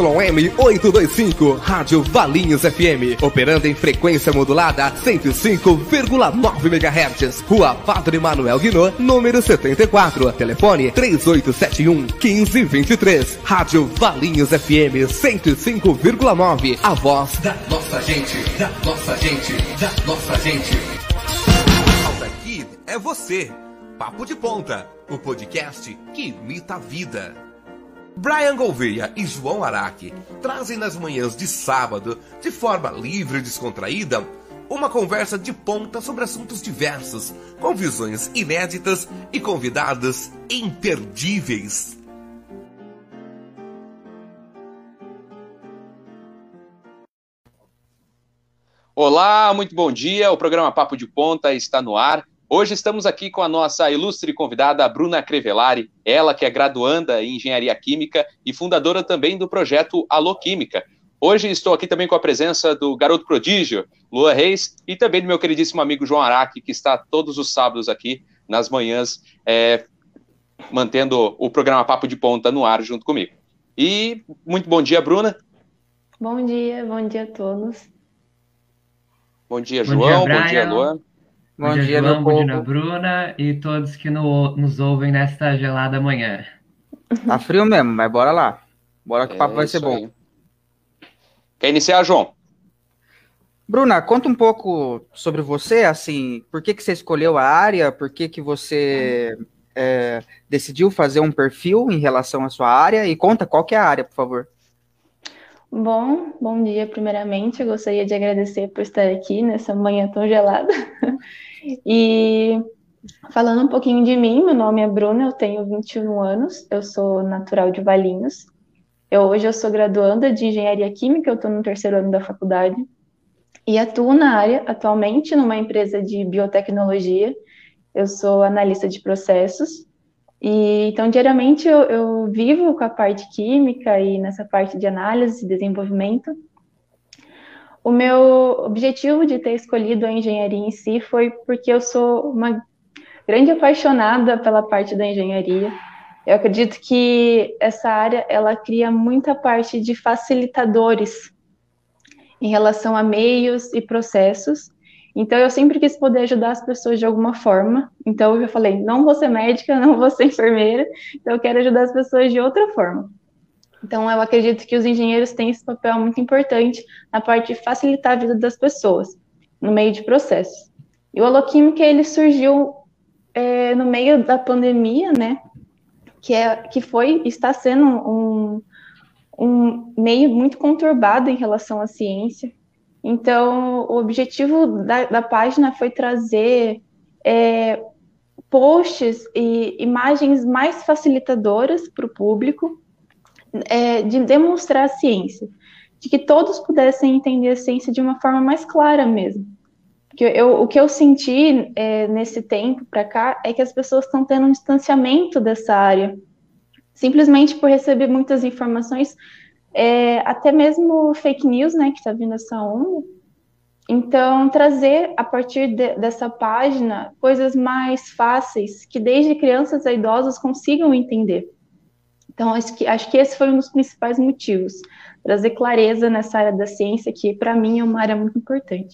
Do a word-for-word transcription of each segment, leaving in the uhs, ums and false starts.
M oitocentos e vinte e cinco, Rádio Valinhos F M, operando em frequência modulada cento e cinco vírgula nove megahertz, Rua Padre Manuel Guinot, número setenta e quatro, telefone três oito sete um, um cinco dois três, Rádio Valinhos F M cento e cinco vírgula nove, a voz da nossa gente, da nossa gente, da nossa gente. Aqui é você, Papo de Ponta, o podcast que imita a vida. Brian Gouveia e João Araque trazem nas manhãs de sábado, de forma livre e descontraída, uma conversa de ponta sobre assuntos diversos, com visões inéditas e convidados imperdíveis. Olá, muito bom dia. O programa Papo de Ponta está no ar. Hoje estamos aqui com a nossa ilustre convidada, Bruna Crevellari, ela que é graduanda em Engenharia Química e fundadora também do projeto Alô Química. Hoje estou aqui também com a presença do garoto prodígio, Luan Reis, e também do meu queridíssimo amigo João Araque, que está todos os sábados aqui, nas manhãs, é, mantendo o programa Papo de Ponta no ar junto comigo. E muito bom dia, Bruna. Bom dia, bom dia a todos. Bom dia, João. Bom dia, bom dia Luan. Bom, bom dia, dia João, bom dia, Bruna e todos que no, nos ouvem nesta gelada manhã. Tá frio mesmo, mas bora lá. Bora que o papo é vai ser bom. Aí. Quer iniciar, João? Bruna, conta um pouco sobre você, assim, por que que você escolheu a área, por que que você é, decidiu fazer um perfil em relação à sua área, e conta qual que é a área, por favor. Bom, bom dia, primeiramente, eu gostaria de agradecer por estar aqui nessa manhã tão gelada. E falando um pouquinho de mim, meu nome é Bruna, eu tenho vinte e um anos, eu sou natural de Valinhos. Eu, hoje eu sou graduanda de Engenharia Química, eu estou no terceiro ano da faculdade e atuo na área atualmente numa empresa de biotecnologia. Eu sou analista de processos e então diariamente eu, eu vivo com a parte química e nessa parte de análise e desenvolvimento. O meu objetivo de ter escolhido a engenharia em si foi porque eu sou uma grande apaixonada pela parte da engenharia. Eu acredito que essa área, ela cria muita parte de facilitadores em relação a meios e processos. Então, eu sempre quis poder ajudar as pessoas de alguma forma. Então, eu já falei, não vou ser médica, não vou ser enfermeira, então eu quero ajudar as pessoas de outra forma. Então, eu acredito que os engenheiros têm esse papel muito importante na parte de facilitar a vida das pessoas, no meio de processos. E o Alô Química, ele surgiu é, no meio da pandemia, né? Que, é, que foi, está sendo um, um meio muito conturbado em relação à ciência. Então, o objetivo da, da página foi trazer é, posts e imagens mais facilitadoras para o público, É, de demonstrar a ciência, de que todos pudessem entender a ciência de uma forma mais clara mesmo. Porque eu, o que eu senti é, nesse tempo para cá é que as pessoas estão tendo um distanciamento dessa área, simplesmente por receber muitas informações, é, até mesmo fake news, né, que está vindo essa onda. Então, trazer a partir de, dessa página coisas mais fáceis, que desde crianças a idosos consigam entender. Então, acho que, acho que esse foi um dos principais motivos, trazer clareza nessa área da ciência, que para mim é uma área muito importante.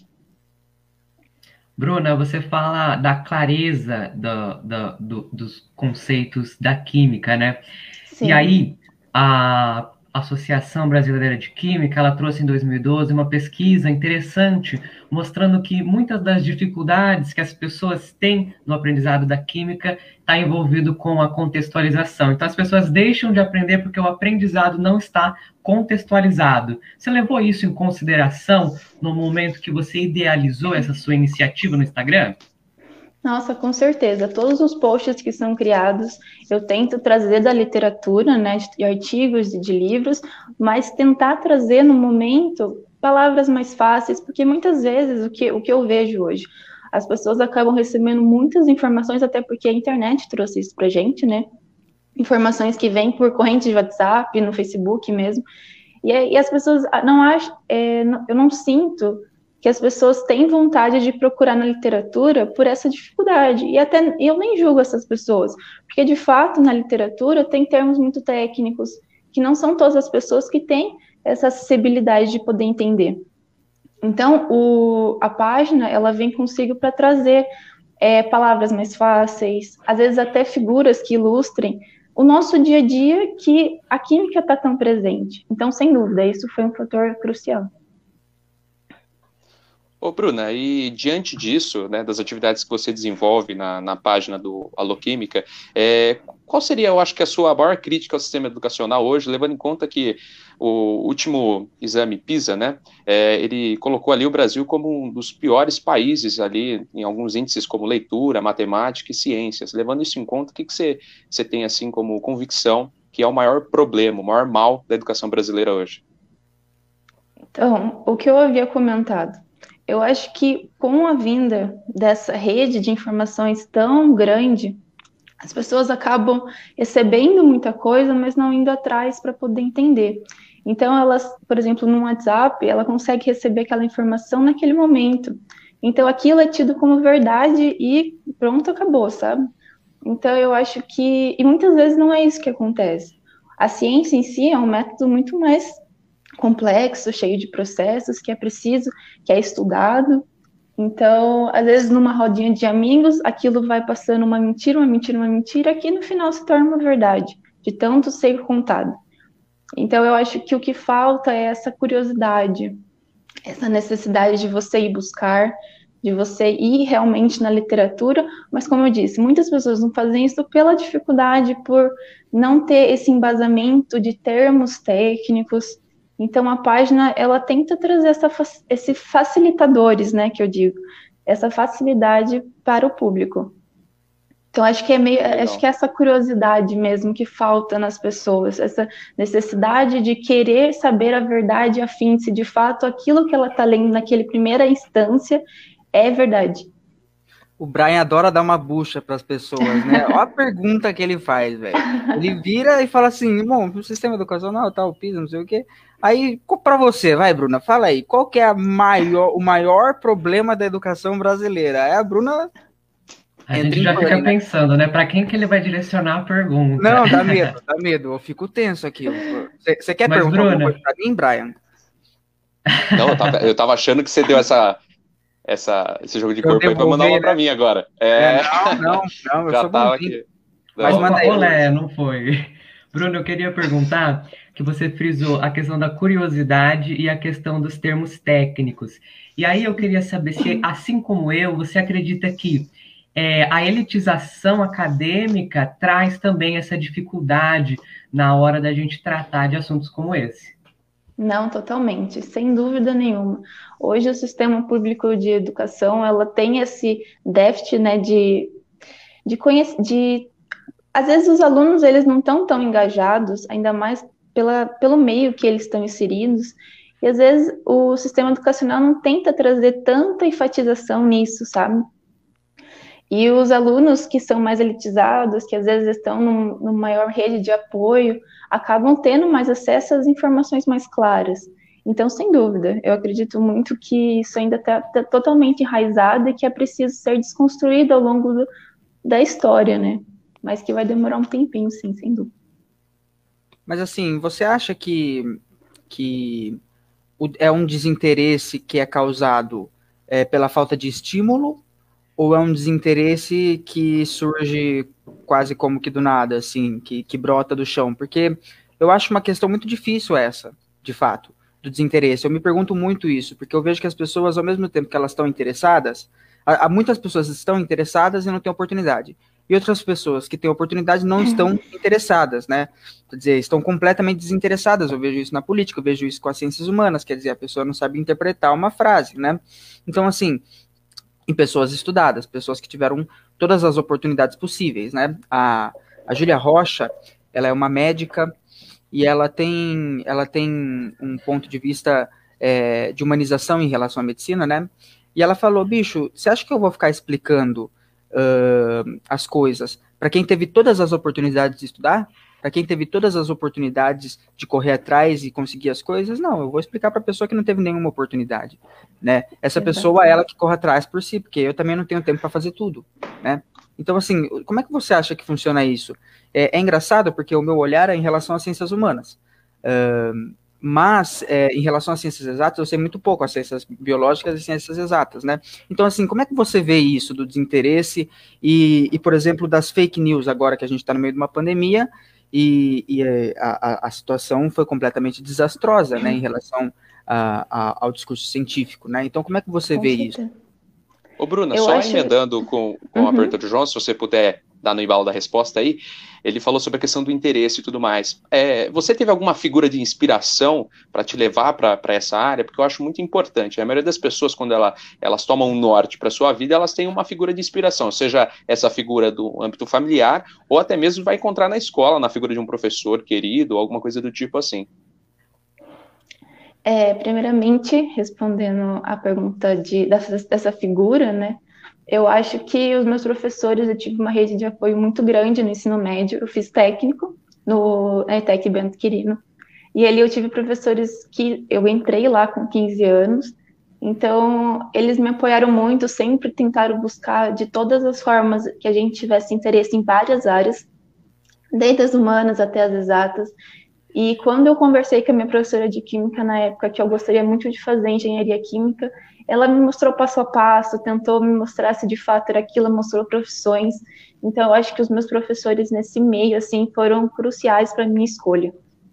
Bruna, você fala da clareza do, do, do, dos conceitos da química, né? Sim. E aí, a Associação Brasileira de Química, ela trouxe em dois mil e doze uma pesquisa interessante, mostrando que muitas das dificuldades que as pessoas têm no aprendizado da química está envolvido com a contextualização. Então, as pessoas deixam de aprender porque o aprendizado não está contextualizado. Você levou isso em consideração no momento que você idealizou essa sua iniciativa no Instagram? Nossa, com certeza. Todos os posts que são criados, eu tento trazer da literatura, né, de artigos e de livros, mas tentar trazer no momento palavras mais fáceis, porque muitas vezes o que, o que eu vejo hoje, as pessoas acabam recebendo muitas informações, até porque a internet trouxe isso pra gente, né? Informações que vêm por corrente de WhatsApp, no Facebook mesmo, e, e as pessoas não acham, é, eu não sinto que as pessoas têm vontade de procurar na literatura por essa dificuldade, e até eu nem julgo essas pessoas, porque de fato na literatura tem termos muito técnicos que não são todas as pessoas que têm essa acessibilidade de poder entender. Então, o, a página, ela vem consigo para trazer é, palavras mais fáceis, às vezes até figuras que ilustrem o nosso dia a dia, que a química está tão presente. Então, sem dúvida, isso foi um fator crucial. Ô, Bruna, e diante disso, né, das atividades que você desenvolve na, na página do Aloquímica, é, qual seria, eu acho que a sua maior crítica ao sistema educacional hoje, levando em conta que o último exame PISA, né, é, ele colocou ali o Brasil como um dos piores países ali, em alguns índices como leitura, matemática e ciências. Levando isso em conta, o que, que você, você tem assim como convicção que é o maior problema, o maior mal da educação brasileira hoje? Então, o que eu havia comentado, eu acho que com a vinda dessa rede de informações tão grande, as pessoas acabam recebendo muita coisa, mas não indo atrás para poder entender. Então, elas, por exemplo, no WhatsApp, ela consegue receber aquela informação naquele momento. Então, aquilo é tido como verdade e pronto, acabou, sabe? Então, eu acho que... E muitas vezes não é isso que acontece. A ciência em si é um método muito mais complexo, cheio de processos, que é preciso, que é estudado. Então, às vezes, numa rodinha de amigos, aquilo vai passando uma mentira, uma mentira, uma mentira, que no final se torna uma verdade, de tanto ser contado. Então, eu acho que o que falta é essa curiosidade, essa necessidade de você ir buscar, de você ir realmente na literatura, mas como eu disse, muitas pessoas não fazem isso pela dificuldade, por não ter esse embasamento de termos técnicos. Então, a página, ela tenta trazer essa, esses facilitadores, né, que eu digo, essa facilidade para o público. Então, acho que é meio, acho que é essa curiosidade mesmo que falta nas pessoas, essa necessidade de querer saber a verdade a fim de se de fato aquilo que ela está lendo naquela primeira instância é verdade. O Brian adora dar uma bucha para as pessoas, né? Olha a pergunta que ele faz, velho. Ele vira e fala assim, bom, o sistema educacional, tal, PISA, não sei o quê. Aí, para você, vai, Bruna, fala aí, qual que é a maior, o maior problema da educação brasileira? É a Bruna... A gente já fica pensando, né? Para quem que ele vai direcionar a pergunta? Não, dá medo, dá medo. Eu fico tenso aqui. Você quer Mas, perguntar Bruna... alguma coisa para mim, Brian? Não, eu tava, eu tava achando que você deu essa... Essa, esse jogo de corpo aí pra mandar uma né? pra mim agora. É... É, não, não, não, eu já sou tava aqui. Mas Opa, manda aí. Olé, não foi. Bruno, eu queria perguntar que você frisou a questão da curiosidade e a questão dos termos técnicos. E aí eu queria saber se, assim como eu, você acredita que é, a elitização acadêmica traz também essa dificuldade na hora da gente tratar de assuntos como esse? Não, totalmente, sem dúvida nenhuma. Hoje o sistema público de educação, ela tem esse déficit, né, de, de conhecer, de... Às vezes os alunos, eles não estão tão engajados, ainda mais pela, pelo meio que eles estão inseridos, e às vezes o sistema educacional não tenta trazer tanta enfatização nisso, sabe? E os alunos que são mais elitizados, que às vezes estão num, numa maior rede de apoio, acabam tendo mais acesso às informações mais claras. Então, sem dúvida, eu acredito muito que isso ainda está tá totalmente enraizado e que é preciso ser desconstruído ao longo do, da história, né? Mas que vai demorar um tempinho, sim, sem dúvida. Mas assim, você acha que, que é um desinteresse que é causado é, pela falta de estímulo? Ou é um desinteresse que surge quase como que do nada, assim, que, que brota do chão? Porque eu acho uma questão muito difícil essa, de fato, do desinteresse. Eu me pergunto muito isso, porque eu vejo que as pessoas, ao mesmo tempo que elas estão interessadas, há, há muitas pessoas estão interessadas e não têm oportunidade. E outras pessoas que têm oportunidade não estão interessadas, né? Quer dizer, estão completamente desinteressadas. Eu vejo isso na política, eu vejo isso com as ciências humanas, quer dizer, a pessoa não sabe interpretar uma frase, né? Então, assim... em pessoas estudadas, pessoas que tiveram todas as oportunidades possíveis, né? A, a Júlia Rocha, ela é uma médica e ela tem, ela tem um ponto de vista é, de humanização em relação à medicina, né? E ela falou, bicho, você acha que eu vou ficar explicando uh, as coisas para quem teve todas as oportunidades de estudar? Para quem teve todas as oportunidades de correr atrás e conseguir as coisas? Não, eu vou explicar para a pessoa que não teve nenhuma oportunidade, né? Essa pessoa é ela que corre atrás por si, porque eu também não tenho tempo para fazer tudo, né? Então, assim, como é que você acha que funciona isso? É, é engraçado porque o meu olhar é em relação às ciências humanas. Uh, mas, é, em relação às ciências exatas, eu sei muito pouco, as ciências biológicas e ciências exatas, né? Então, assim, como é que você vê isso, do desinteresse e, e por exemplo, das fake news, agora que a gente está no meio de uma pandemia e, e a, a, a situação foi completamente desastrosa, né, em relação a, a, ao discurso científico, né? Então, como é que você Com vê certeza. isso? Ô, Bruna, Eu só acho... emendando com, com Uhum. a pergunta do João, se você puder dar no embalo da resposta aí, ele falou sobre a questão do interesse e tudo mais. É, você teve alguma figura de inspiração para te levar para essa área? Porque eu acho muito importante. A maioria das pessoas, quando ela, elas tomam um norte para sua vida, elas têm uma figura de inspiração, seja essa figura do âmbito familiar, ou até mesmo vai encontrar na escola, na figura de um professor querido, ou alguma coisa do tipo assim. É, primeiramente, respondendo à pergunta de, dessa, dessa figura, né? Eu acho que os meus professores, eu tive uma rede de apoio muito grande no ensino médio. Eu fiz técnico no na ETEC Bento Quirino. E ali eu tive professores que eu entrei lá com quinze anos. Então, eles me apoiaram muito, sempre tentaram buscar de todas as formas que a gente tivesse interesse em várias áreas, desde as humanas até as exatas. E quando eu conversei com a minha professora de química na época, que eu gostaria muito de fazer engenharia química, ela me mostrou passo a passo, tentou me mostrar se de fato era aquilo, mostrou profissões. Então, eu acho que os meus professores nesse meio, assim, foram cruciais para a minha escolha.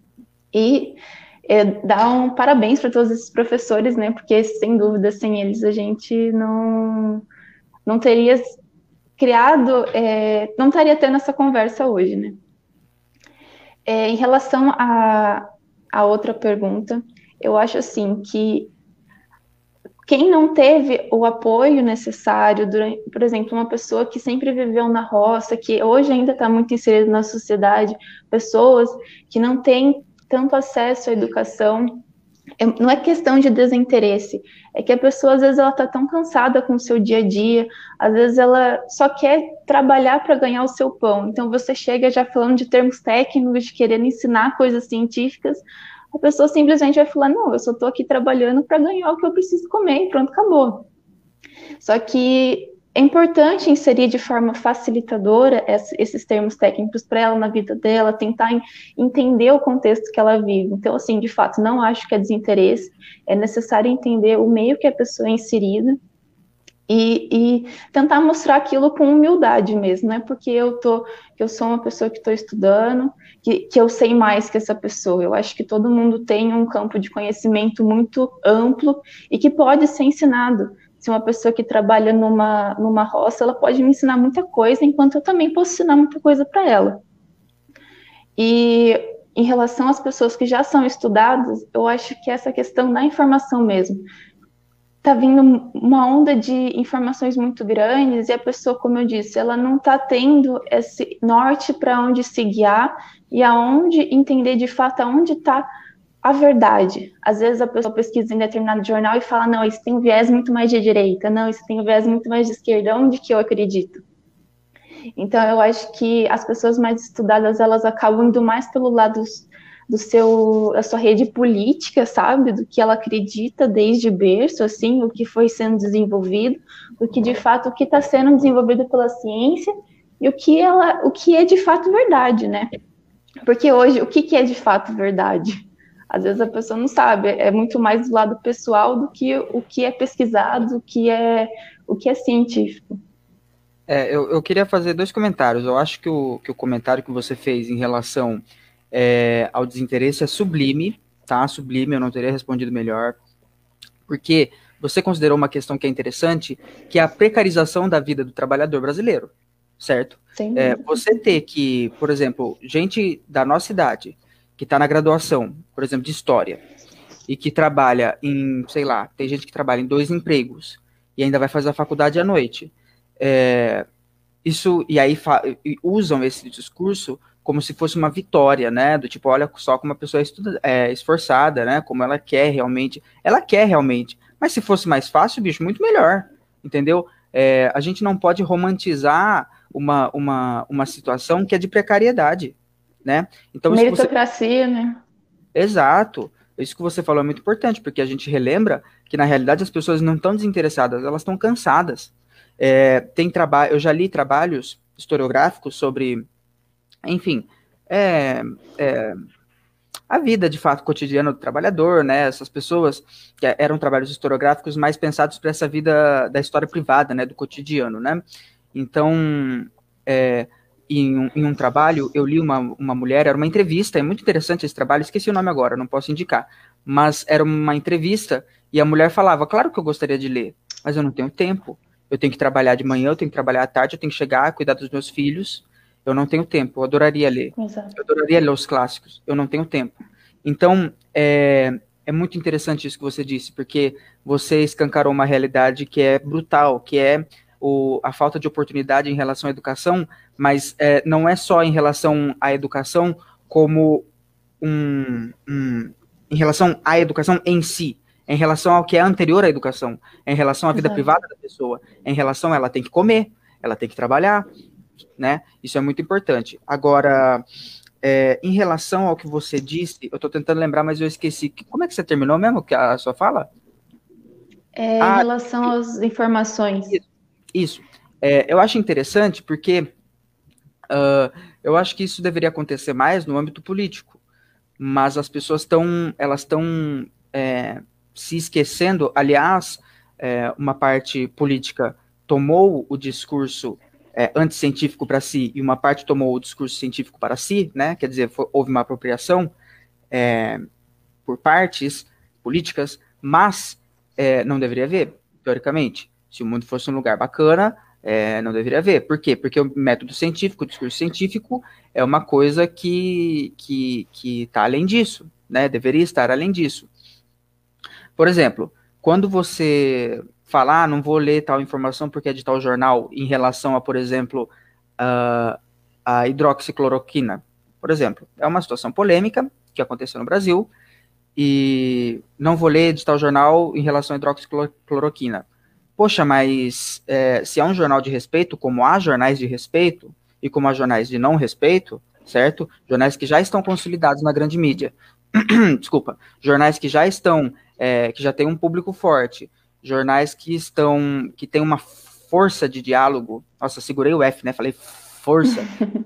E é, dar um parabéns para todos esses professores, né? Porque, sem dúvida, sem eles, a gente não, não teria criado, é, não estaria tendo essa conversa hoje, né? É, em relação a, a outra pergunta, eu acho assim que quem não teve o apoio necessário, durante, por exemplo, uma pessoa que sempre viveu na roça, que hoje ainda está muito inserida na sociedade, pessoas que não têm tanto acesso à educação, é, não é questão de desinteresse, é que a pessoa às vezes ela está tão cansada com o seu dia a dia, às vezes ela só quer trabalhar para ganhar o seu pão, então você chega já falando de termos técnicos, de querendo ensinar coisas científicas, a pessoa simplesmente vai falar, não, eu só estou aqui trabalhando para ganhar o que eu preciso comer e pronto, acabou. Só que é importante inserir de forma facilitadora esses termos técnicos para ela na vida dela, tentar entender o contexto que ela vive. Então, assim, de fato, não acho que é desinteresse, é necessário entender o meio que a pessoa é inserida e, e tentar mostrar aquilo com humildade mesmo, não é porque eu, tô, que eu sou uma pessoa que estou estudando, que, que eu sei mais que essa pessoa. Eu acho que todo mundo tem um campo de conhecimento muito amplo e que pode ser ensinado. Se uma pessoa que trabalha numa, numa roça, ela pode me ensinar muita coisa, enquanto eu também posso ensinar muita coisa para ela. E em relação às pessoas que já são estudadas, eu acho que essa questão da informação mesmo. Está vindo uma onda de informações muito grandes e a pessoa, como eu disse, ela não está tendo esse norte para onde se guiar e aonde entender de fato aonde está a verdade. Às vezes a pessoa pesquisa em determinado jornal e fala, não, isso tem um viés muito mais de direita, não, isso tem um viés muito mais de esquerda, onde que eu acredito? Então eu acho que as pessoas mais estudadas, elas acabam indo mais pelo lado do seu, da sua rede política, sabe, do que ela acredita desde berço, assim, o que foi sendo desenvolvido, do que de fato o que está sendo desenvolvido pela ciência e o que, ela, o que é de fato verdade, né? Porque hoje, o que, que é de fato verdade? Às vezes a pessoa não sabe, é muito mais do lado pessoal do que o que é pesquisado, o que é, o que é científico. É, eu, eu queria fazer dois comentários. Eu acho que o, que o comentário que você fez em relação é, ao desinteresse é sublime, tá? Sublime, eu não teria respondido melhor. Porque você considerou uma questão que é interessante, que é a precarização da vida do trabalhador brasileiro, certo? É, você ter que, por exemplo, gente da nossa idade, que está na graduação, por exemplo, de História, e que trabalha em, sei lá, tem gente que trabalha em dois empregos, e ainda vai fazer a faculdade à noite. É, isso, e aí fa, e usam esse discurso como se fosse uma vitória, né, do tipo, olha só como a pessoa é, estuda, é esforçada, né, como ela quer realmente, ela quer realmente, mas se fosse mais fácil, bicho, muito melhor, entendeu? É, a gente não pode romantizar uma, uma, uma situação que é de precariedade, né? Então, meritocracia, você... né? Exato. Isso que você falou é muito importante, porque a gente relembra que, na realidade, as pessoas não estão desinteressadas, elas estão cansadas. É, tem trabalho, eu já li trabalhos historiográficos sobre, enfim, é, é, a vida, de fato, cotidiana do trabalhador, né? Essas pessoas que eram trabalhos historiográficos mais pensados para essa vida da história privada, né? Do cotidiano, né? Então, é, em, um, em um trabalho, eu li uma, uma mulher, era uma entrevista, é muito interessante esse trabalho, esqueci o nome agora, não posso indicar, mas era uma entrevista e a mulher falava, claro que eu gostaria de ler, mas eu não tenho tempo. Eu tenho que trabalhar de manhã, eu tenho que trabalhar à tarde, eu tenho que chegar, cuidar dos meus filhos. Eu não tenho tempo, eu adoraria ler. Exato. Eu adoraria ler os clássicos, eu não tenho tempo. Então, é, é muito interessante isso que você disse, porque você escancarou uma realidade que é brutal, que é o, a falta de oportunidade em relação à educação, mas é, não é só em relação à educação como um, um... em relação à educação em si, é em relação ao que é anterior à educação, é em relação à vida Exato. Privada da pessoa, é em relação a ela tem que comer, ela tem que trabalhar, né? Isso é muito importante. Agora, é, em relação ao que você disse, eu estou tentando lembrar, mas eu esqueci. Como é que você terminou mesmo a sua fala? É, ah, em relação às informações. Isso. isso. É, eu acho interessante porque uh, eu acho que isso deveria acontecer mais no âmbito político, mas as pessoas estão, elas estão é, se esquecendo. Aliás, é, uma parte política tomou o discurso é, anticientífico para si e uma parte tomou o discurso científico para si, né? Quer dizer, foi, houve uma apropriação é, por partes políticas, mas é, não deveria haver, teoricamente. Se o mundo fosse um lugar bacana, é, não deveria haver. Por quê? Porque o método científico, o discurso científico é uma coisa que que que está além disso, né? Deveria estar além disso. Por exemplo, quando você falar, ah, não vou ler tal informação porque é de tal jornal, em relação a, por exemplo, a, a hidroxicloroquina, por exemplo, é uma situação polêmica que aconteceu no Brasil, e não vou ler de tal jornal em relação à hidroxicloroquina. Poxa, mas é, se é um jornal de respeito, como há jornais de respeito, e como há jornais de não respeito, certo? Jornais que já estão consolidados na grande mídia, desculpa, jornais que já estão, é, que já têm um público forte, jornais que estão, que têm uma força de diálogo, nossa, segurei o F, né, falei força,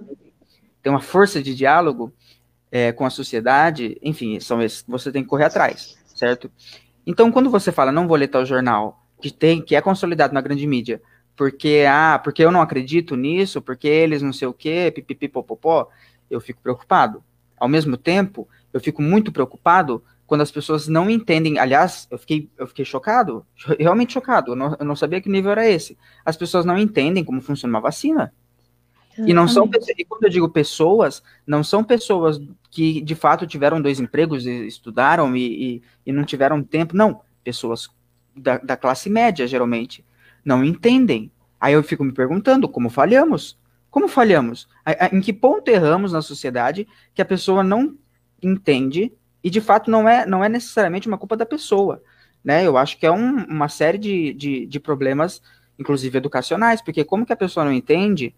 tem uma força de diálogo é, com a sociedade, enfim, são esses que você tem que correr atrás, certo? Então, quando você fala, não vou ler tal jornal, que, tem, que é consolidado na grande mídia, porque, ah, porque eu não acredito nisso, porque eles não sei o quê, pipipipopopó, eu fico preocupado. Ao mesmo tempo, eu fico muito preocupado quando as pessoas não entendem. Aliás, eu fiquei, eu fiquei chocado, realmente chocado, eu não, eu não sabia que nível era esse. As pessoas não entendem como funciona uma vacina. Exatamente. E não são, e quando eu digo pessoas, não são pessoas que de fato tiveram dois empregos e estudaram e, e, e não tiveram tempo, não, pessoas da, da classe média, geralmente, não entendem. Aí eu fico me perguntando, como falhamos? Como falhamos? Em que ponto erramos na sociedade que a pessoa não entende, e de fato não é, não é necessariamente uma culpa da pessoa, né? Eu acho que é um, uma série de, de, de problemas, inclusive educacionais, porque como que a pessoa não entende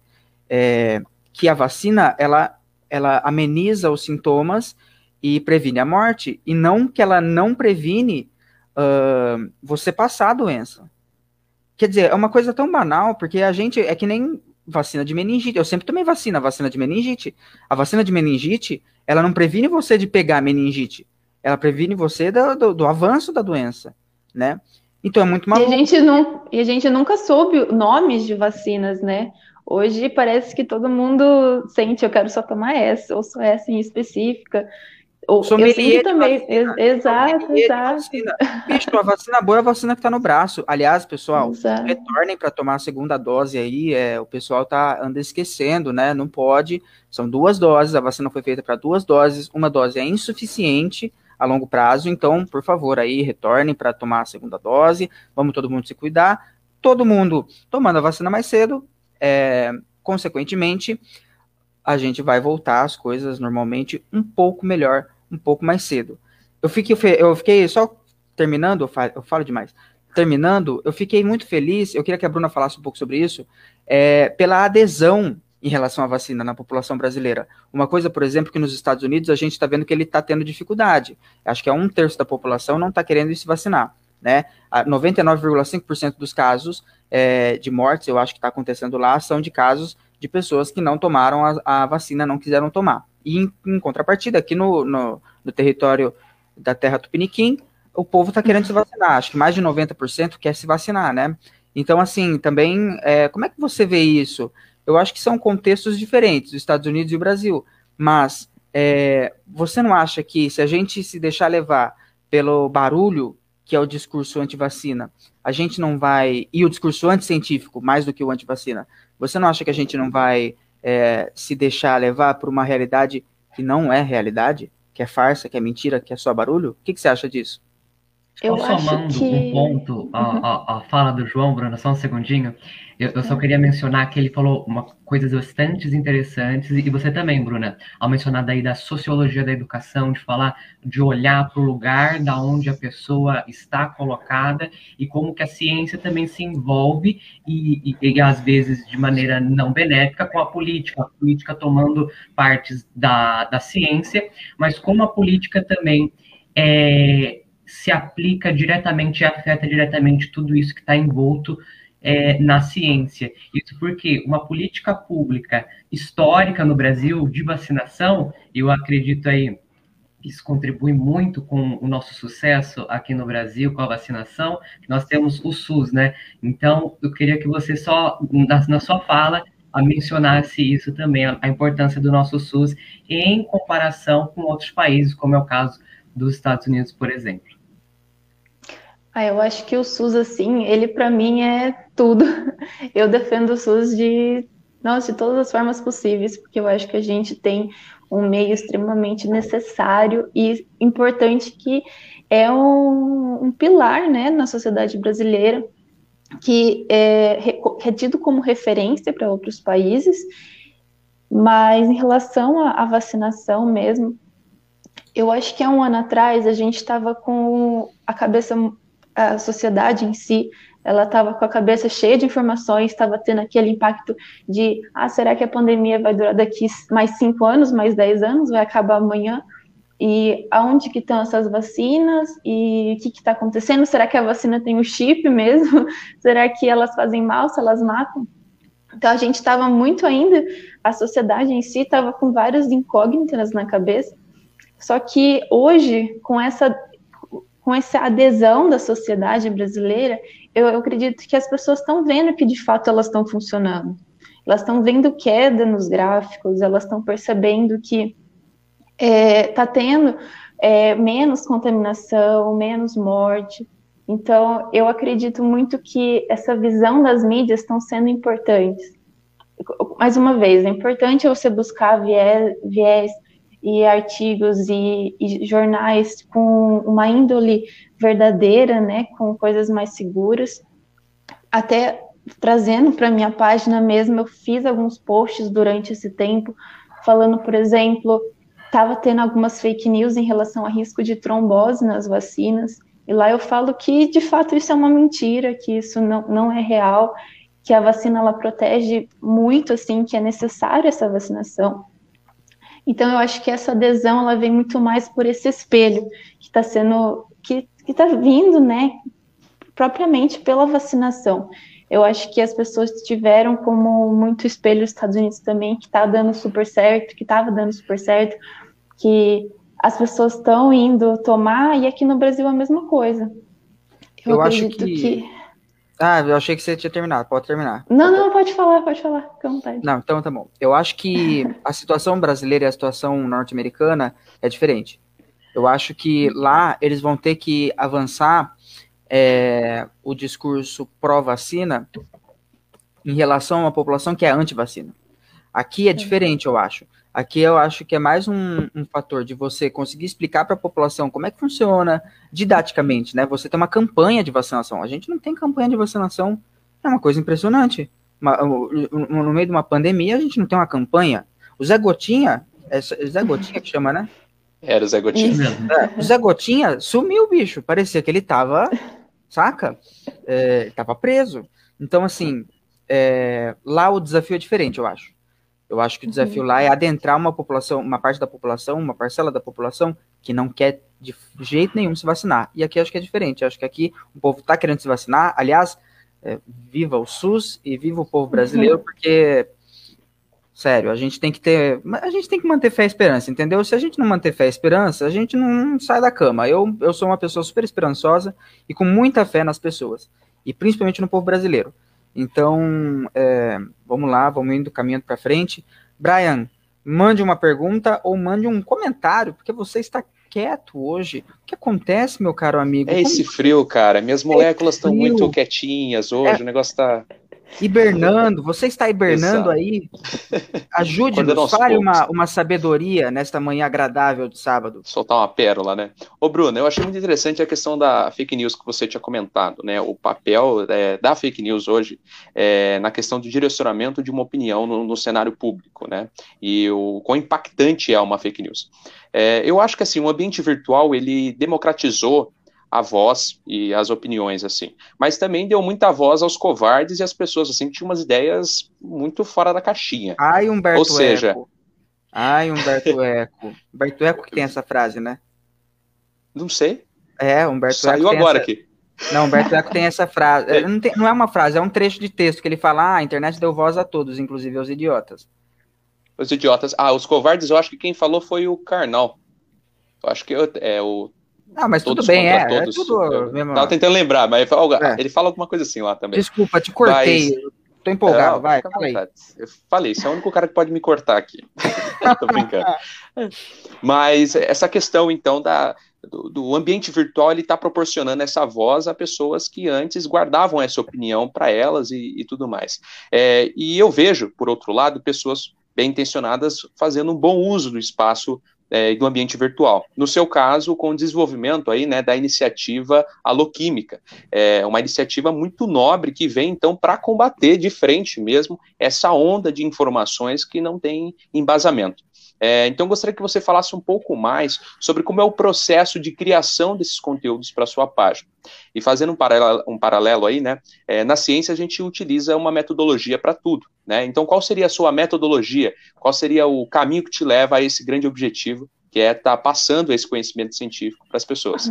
é, que a vacina, ela, ela ameniza os sintomas e previne a morte, e não que ela não previne uh, você passar a doença. Quer dizer, é uma coisa tão banal, porque a gente, é que nem vacina de meningite, eu sempre tomei vacina, vacina de meningite, a vacina de meningite, ela não previne você de pegar meningite, ela previne você do, do, do avanço da doença, né? Então é muito maluco. E a gente, não, e a gente nunca soube nomes de vacinas, né? Hoje parece que todo mundo sente, eu quero só tomar essa, ou só essa em específica. Ou, eu sinto também, ex exato, exato. Bicho, a vacina boa é a vacina que tá no braço. Aliás, pessoal, exato. Retornem para tomar a segunda dose aí, é, o pessoal tá anda esquecendo, né? Não pode, são duas doses, a vacina foi feita para duas doses, uma dose é insuficiente a longo prazo, então, por favor, aí retornem para tomar a segunda dose, vamos todo mundo se cuidar, todo mundo tomando a vacina mais cedo, é, consequentemente, a gente vai voltar às coisas normalmente um pouco melhor, um pouco mais cedo. Eu fiquei, eu fiquei só terminando, eu falo, eu falo demais, terminando, eu fiquei muito feliz, eu queria que a Bruna falasse um pouco sobre isso, é, pela adesão em relação à vacina na população brasileira. Uma coisa, por exemplo, que nos Estados Unidos a gente está vendo que ele está tendo dificuldade. Acho que é um terço da população não está querendo se vacinar, né? noventa e nove vírgula cinco por cento dos casos é, de mortes, eu acho que está acontecendo lá, são de casos de pessoas que não tomaram a, a vacina, não quiseram tomar. E em, em contrapartida, aqui no, no, no território da terra tupiniquim, o povo está querendo se vacinar. Acho que mais de noventa por cento quer se vacinar, né? Então, assim, também, é, como é que você vê isso? Eu acho que são contextos diferentes, os Estados Unidos e o Brasil, mas é, você não acha que se a gente se deixar levar pelo barulho, que é o discurso anti-vacina, a gente não vai, e o discurso anticientífico, mais do que o anti-vacina, você não acha que a gente não vai é, se deixar levar por uma realidade que não é realidade, que é farsa, que é mentira, que é só barulho? O que, que você acha disso? Eu Só acho somando que... um ponto à, Uhum. à, à fala do João, Bruna, só um segundinho, eu, eu só queria mencionar que ele falou uma, coisas bastante interessantes, e você também, Bruna, ao mencionar daí da sociologia da educação, de falar, de olhar para o lugar da onde a pessoa está colocada, e como que a ciência também se envolve, e, e, e às vezes de maneira não benéfica, com a política, a política tomando partes da, da ciência, mas como a política também é... se aplica diretamente e afeta diretamente tudo isso que está envolto é, na ciência. Isso porque uma política pública histórica no Brasil de vacinação, eu acredito aí, isso contribui muito com o nosso sucesso aqui no Brasil, com a vacinação, nós temos o SUS, né? Então, eu queria que você só, na, na sua fala, a mencionasse isso também, a, a importância do nosso SUS em comparação com outros países, como é o caso dos Estados Unidos, por exemplo. Ah, eu acho que o SUS, assim, ele para mim é tudo. Eu defendo o SUS de, nossa, de todas as formas possíveis, porque eu acho que a gente tem um meio extremamente necessário e importante que é um, um pilar, né, na sociedade brasileira, que é, é tido como referência para outros países, mas em relação à, à vacinação mesmo, eu acho que há um ano atrás a gente estava com a cabeça... a sociedade em si, ela estava com a cabeça cheia de informações, estava tendo aquele impacto de, ah, será que a pandemia vai durar daqui mais cinco anos, mais dez anos, vai acabar amanhã? E aonde que estão essas vacinas? E o que está acontecendo? Será que a vacina tem um chip mesmo? Será que elas fazem mal, se elas matam? Então a gente estava muito ainda, a sociedade em si estava com várias incógnitas na cabeça, só que hoje, com essa com essa adesão da sociedade brasileira, eu, eu acredito que as pessoas estão vendo que, de fato, elas estão funcionando. Elas estão vendo queda nos gráficos, elas estão percebendo que está é, tendo é, menos contaminação, menos morte. Então, eu acredito muito que essa visão das mídias estão sendo importantes. Mais uma vez, é importante você buscar viés, viés e artigos e, e jornais com uma índole verdadeira, né, com coisas mais seguras. Até trazendo para a minha página mesmo, eu fiz alguns posts durante esse tempo, falando, por exemplo, estava tendo algumas fake news em relação a risco de trombose nas vacinas, e lá eu falo que, de fato, isso é uma mentira, que isso não, não é real, que a vacina, ela protege muito, assim, que é necessário essa vacinação. Então, eu acho que essa adesão, ela vem muito mais por esse espelho que está sendo, que está vindo, né, propriamente pela vacinação. Eu acho que as pessoas tiveram como muito espelho os Estados Unidos também, que está dando super certo, que estava dando super certo, que as pessoas estão indo tomar, e aqui no Brasil a mesma coisa. Eu, eu acredito acho que... que... Ah, eu achei que você tinha terminado, pode terminar. Não, não, pode falar, pode falar, fica à vontade. Não, então tá bom. Eu acho que a situação brasileira e a situação norte-americana é diferente. Eu acho que lá eles vão ter que avançar é, o discurso pró-vacina em relação a uma população que é anti-vacina. Aqui é diferente, eu acho. Aqui eu acho que é mais um, um fator de você conseguir explicar para a população como é que funciona didaticamente, né? Você tem uma campanha de vacinação. A gente não tem campanha de vacinação, é uma coisa impressionante. Uma, no meio de uma pandemia, a gente não tem uma campanha. O Zé Gotinha, é Zé Gotinha que chama, né? Era o Zé Gotinha. É, o Zé Gotinha sumiu, bicho. Parecia que ele tava, saca? É, tava preso. Então, assim, é, lá o desafio é diferente, eu acho. Eu acho que o desafio uhum. lá é adentrar uma população, uma parte da população, uma parcela da população que não quer de jeito nenhum se vacinar. E aqui eu acho que é diferente. Eu acho que aqui o povo está querendo se vacinar. Aliás, é, viva o SUS e viva o povo brasileiro, uhum. porque Sério, a gente tem que ter, a gente tem que manter fé e esperança, entendeu? Se a gente não manter fé e esperança, a gente não sai da cama. Eu, eu sou uma pessoa super esperançosa e com muita fé nas pessoas, e principalmente no povo brasileiro. Então, é, vamos lá, vamos indo caminhando para frente. Brian, mande uma pergunta ou mande um comentário, porque você está quieto hoje. O que acontece, meu caro amigo? É esse Como... frio, cara. Minhas moléculas estão é muito quietinhas hoje, é... o negócio está... Hibernando, você está hibernando aí? Ajude-nos, fale uma, uma sabedoria nesta manhã agradável de sábado. Soltar uma pérola, né? Ô, Bruno, eu achei muito interessante a questão da fake news que você tinha comentado, né? O papel é, da fake news hoje é, na questão do direcionamento de uma opinião no, no cenário público, né? E o quão impactante é uma fake news. É, eu acho que, assim, o ambiente virtual, ele democratizou a voz e as opiniões, assim. Mas também deu muita voz aos covardes e às pessoas, assim, que tinham umas ideias muito fora da caixinha. Ai, Humberto Ou seja... Eco. Ai, Humberto Eco. Humberto Eco que tem essa frase, né? Não sei. É, Humberto Saiu Eco tem agora essa... aqui. Não, Humberto Eco tem essa frase. É. Não, tem... não é uma frase, é um trecho de texto que ele fala, ah, a internet deu voz a todos, inclusive aos idiotas. Os idiotas. Ah, os covardes, eu acho que quem falou foi o Karnal. Eu acho que eu, é o... Ah, mas todos tudo bem, é, todos. é tudo... Eu mesmo... tava tentando lembrar, mas ele fala, é. ele fala alguma coisa assim lá também. Desculpa, te cortei, mas... tô empolgado, Não, vai, fala aí. Eu falei, você é o único cara que pode me cortar aqui. Tô brincando. Mas essa questão, então, da, do, do ambiente virtual, ele está proporcionando essa voz a pessoas que antes guardavam essa opinião para elas e, e tudo mais. É, e eu vejo, por outro lado, pessoas bem intencionadas fazendo um bom uso do espaço É, do ambiente virtual. No seu caso, com o desenvolvimento aí, né, da iniciativa Aloquímica, é uma iniciativa muito nobre que vem, então, para combater de frente mesmo essa onda de informações que não tem embasamento. É, então, gostaria que você falasse um pouco mais sobre como é o processo de criação desses conteúdos para a sua página. E fazendo um paralelo, um paralelo aí, né, é, na ciência a gente utiliza uma metodologia para tudo, né? Então, qual seria a sua metodologia? Qual seria o caminho que te leva a esse grande objetivo, que é estar tá passando esse conhecimento científico para as pessoas?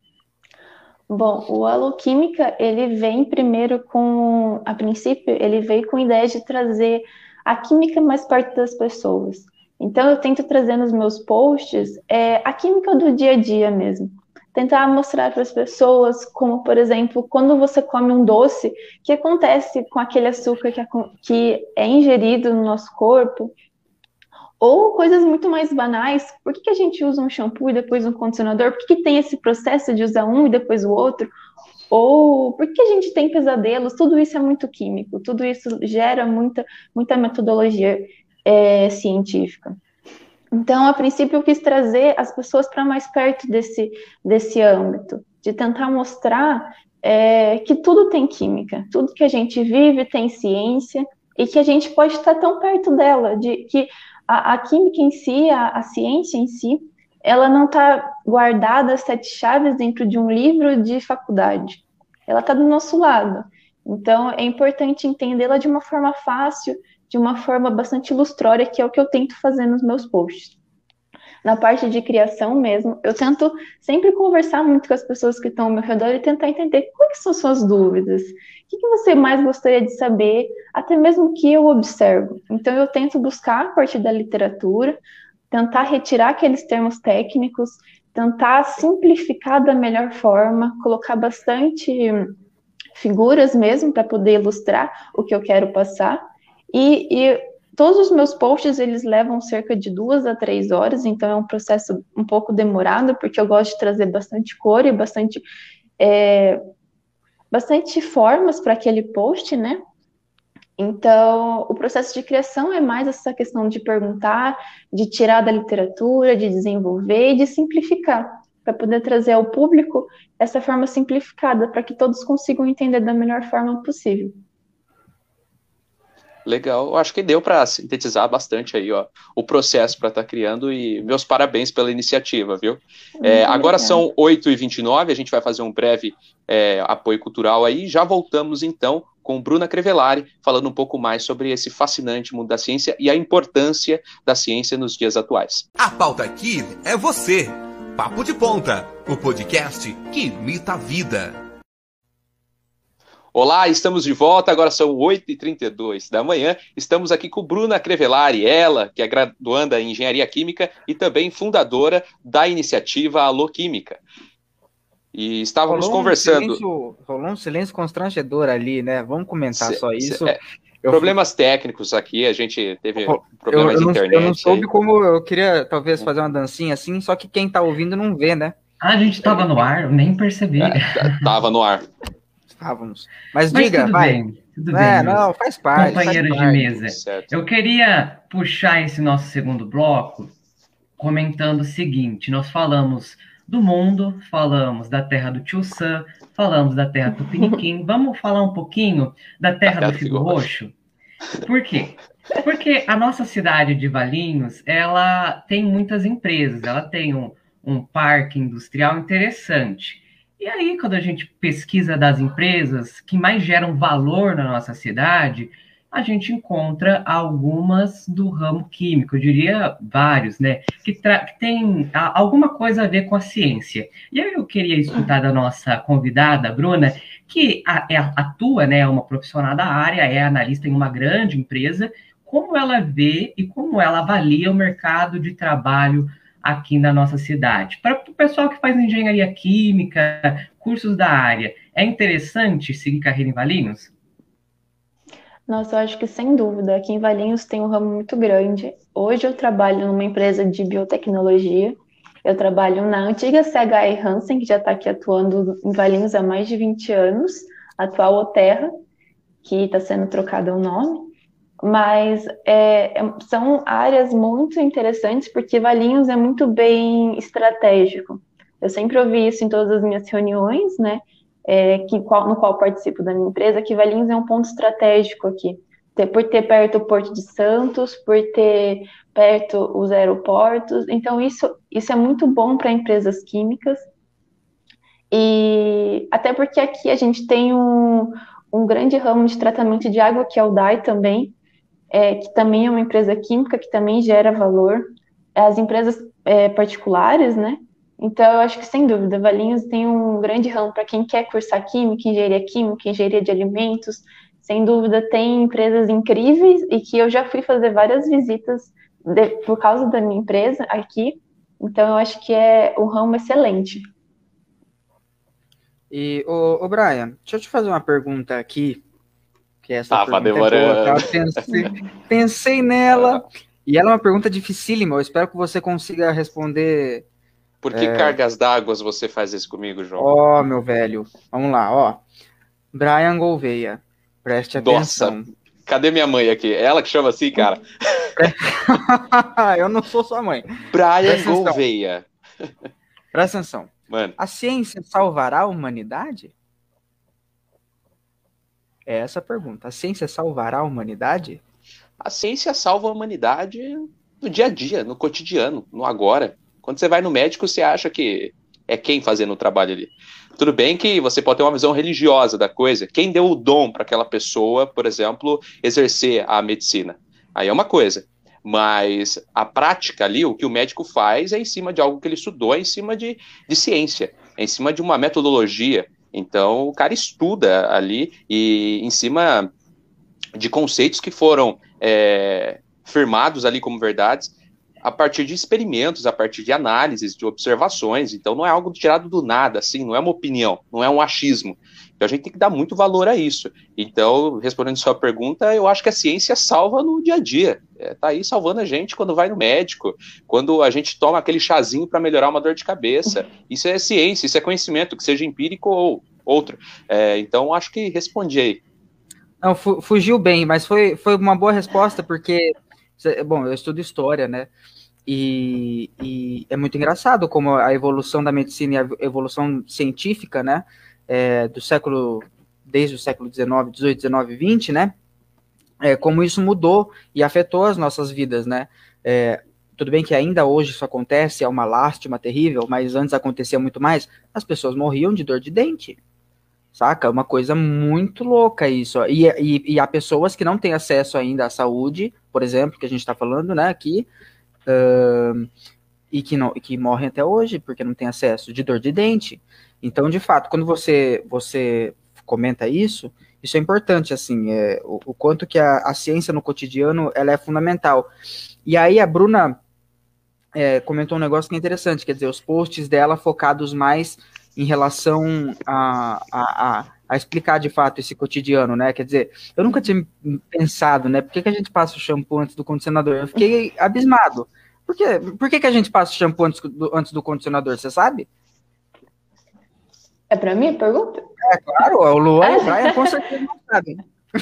Bom, o Aloquímica, ele vem primeiro com, a princípio, ele veio com a ideia de trazer a química mais perto das pessoas. Então, eu tento trazer nos meus posts é, a química do dia a dia mesmo. Tentar mostrar para as pessoas como, por exemplo, quando você come um doce, o que acontece com aquele açúcar que é, que é ingerido no nosso corpo, ou coisas muito mais banais. Por que, que a gente usa um shampoo e depois um condicionador? Por que, que tem esse processo de usar um e depois o outro? Ou por que, que a gente tem pesadelos? Tudo isso é muito químico, tudo isso gera muita, muita metodologia é, científica. Então, a princípio, eu quis trazer as pessoas para mais perto desse, desse âmbito, de tentar mostrar é, que tudo tem química, tudo que a gente vive tem ciência, e que a gente pode estar tão perto dela, de que a, a química em si, a, a ciência em si, ela não está guardada às sete chaves dentro de um livro de faculdade, ela está do nosso lado. Então, é importante entendê-la de uma forma fácil, de uma forma bastante ilustrada, que é o que eu tento fazer nos meus posts. Na parte de criação mesmo, eu tento sempre conversar muito com as pessoas que estão ao meu redor e tentar entender quais são suas dúvidas, o que, que você mais gostaria de saber, até mesmo que eu observo. Então, eu tento buscar a partir da literatura, tentar retirar aqueles termos técnicos, tentar simplificar da melhor forma, colocar bastante figuras mesmo para poder ilustrar o que eu quero passar. E, e todos os meus posts, eles levam cerca de duas a três horas, então é um processo um pouco demorado, porque eu gosto de trazer bastante cor e bastante, é, bastante formas para aquele post, né? Então, o processo de criação é mais essa questão de perguntar, de tirar da literatura, de desenvolver e de simplificar, para poder trazer ao público essa forma simplificada, para que todos consigam entender da melhor forma possível. Legal, eu acho que deu para sintetizar bastante aí, ó, o processo para estar tá criando, e meus parabéns pela iniciativa, viu? É, agora são oito e vinte e nove, a gente vai fazer um breve é, apoio cultural aí, já voltamos então com Bruna Crevelari, falando um pouco mais sobre esse fascinante mundo da ciência e a importância da ciência nos dias atuais. A pauta aqui é você, Papo de Ponta, o podcast que imita a vida. Olá, estamos de volta, agora são oito e trinta e dois da manhã, estamos aqui com Bruna Crevellari, ela que é graduanda em Engenharia Química e também fundadora da iniciativa Alô Química. E estávamos rolou conversando... Um silêncio, rolou um silêncio constrangedor ali, né? Vamos comentar se, só isso. É, eu... Problemas técnicos aqui, a gente teve eu, problemas eu, eu de internet. Eu não soube aí. como, eu queria talvez fazer uma dancinha assim, só que quem tá ouvindo não vê, né? Ah, a gente tava no ar, eu nem percebi. É, tava no ar. Estávamos. Mas, Mas diga, tudo vai. Bem, tudo é, bem, não, faz parte. Companheiros faz parte. de mesa. Certo. Eu queria puxar esse nosso segundo bloco comentando o seguinte: nós falamos do mundo, falamos da terra do Tio Sam, falamos da terra Tupiniquim. Vamos falar um pouquinho da terra do Figo Roxo? Por quê? Porque a nossa cidade de Valinhos, ela tem muitas empresas, ela tem um, um parque industrial interessante. E aí, quando a gente pesquisa das empresas que mais geram valor na nossa cidade, a gente encontra algumas do ramo químico, eu diria vários, né? Que, que tem alguma coisa a ver com a ciência. E aí eu queria escutar da nossa convidada, Bruna, que atua, né, é uma profissional da área, é analista em uma grande empresa, como ela vê e como ela avalia o mercado de trabalho aqui na nossa cidade. Para o pessoal que faz engenharia química, cursos da área, é interessante seguir carreira em Valinhos? Nossa, eu acho que sem dúvida. Aqui em Valinhos tem um ramo muito grande. Hoje eu trabalho numa empresa de biotecnologia. Eu trabalho na antiga C H E Hansen, que já está aqui atuando em Valinhos há mais de vinte anos, a atual Oterra, que está sendo trocado o nome. Mas é, são áreas muito interessantes, porque Valinhos é muito bem estratégico. Eu sempre ouvi isso em todas as minhas reuniões, né, é, que, qual, no qual participo da minha empresa, que Valinhos é um ponto estratégico aqui. Ter, por ter perto o Porto de Santos, por ter perto os aeroportos. Então, isso, isso é muito bom para empresas químicas. E até porque aqui a gente tem um, um grande ramo de tratamento de água, que é o D A I também, É, que também é uma empresa química, que também gera valor, as empresas é, particulares, né? Então, eu acho que, sem dúvida, Valinhos tem um grande ramo para quem quer cursar química, engenharia química, engenharia de alimentos. Sem dúvida, tem empresas incríveis e que eu já fui fazer várias visitas de, por causa da minha empresa aqui. Então, eu acho que é um ramo excelente. E, ô, ô Brian, deixa eu te fazer uma pergunta aqui. Que essa Tava demorando. É boa, tá? pensei, pensei nela, e ela é uma pergunta dificílima, eu espero que você consiga responder. Por que é... cargas d'água você faz isso comigo, João? Ó, oh, meu velho, vamos lá, ó. Brian Gouveia, preste atenção. Nossa, cadê minha mãe aqui? É ela que chama assim, cara? Eu não sou sua mãe. Brian Gouveia. Presta atenção. Mano. A ciência salvará a humanidade? É essa a pergunta. A ciência salvará a humanidade? A ciência salva a humanidade no dia a dia, no cotidiano, no agora. Quando você vai no médico, você acha que é quem fazendo o trabalho ali. Tudo bem que você pode ter uma visão religiosa da coisa. Quem deu o dom para aquela pessoa, por exemplo, exercer a medicina? Aí é uma coisa. Mas a prática ali, o que o médico faz é em cima de algo que ele estudou, é em cima de, de ciência, é em cima de uma metodologia. Então, o cara estuda ali e em cima de conceitos que foram é, firmados ali como verdades a partir de experimentos, a partir de análises, de observações. Então, não é algo tirado do nada, assim, não é uma opinião, não é um achismo. Então, a gente tem que dar muito valor a isso. Então, respondendo a sua pergunta, eu acho que a ciência salva no dia a dia. É, tá aí salvando a gente quando vai no médico, quando a gente toma aquele chazinho para melhorar uma dor de cabeça. Isso é ciência, isso é conhecimento, que seja empírico ou outro. É, então, acho que respondi aí. Não, fugiu bem, mas foi, foi uma boa resposta, porque, bom, eu estudo história, né? E, e é muito engraçado como a evolução da medicina e a evolução científica, né? É, do século, desde o século dezenove, dezoito, dezenove, vinte, né? É, como isso mudou e afetou as nossas vidas, né? É, tudo bem que ainda hoje isso acontece, é uma lástima terrível, mas antes acontecia muito mais, as pessoas morriam de dor de dente, saca? Uma coisa muito louca isso. E, e, e há pessoas que não têm acesso ainda à saúde, por exemplo, que a gente está falando, né, aqui, uh, e que, não, que morrem até hoje porque não tem acesso, de dor de dente. Então, de fato, quando você, você comenta isso, isso é importante, assim, é, o, o quanto que a, a ciência no cotidiano, ela é fundamental. E aí a Bruna é, comentou um negócio que é interessante, quer dizer, os posts dela focados mais em relação a, a, a, a explicar de fato esse cotidiano, né? Quer dizer, eu nunca tinha pensado, né? Por que, que a gente passa o shampoo antes do condicionador? Eu fiquei abismado. Por, quê? Por que, que a gente passa o shampoo antes do, antes do condicionador? Você sabe? É para mim a pergunta? É, claro, o Luan e o Brian com certeza não sabem.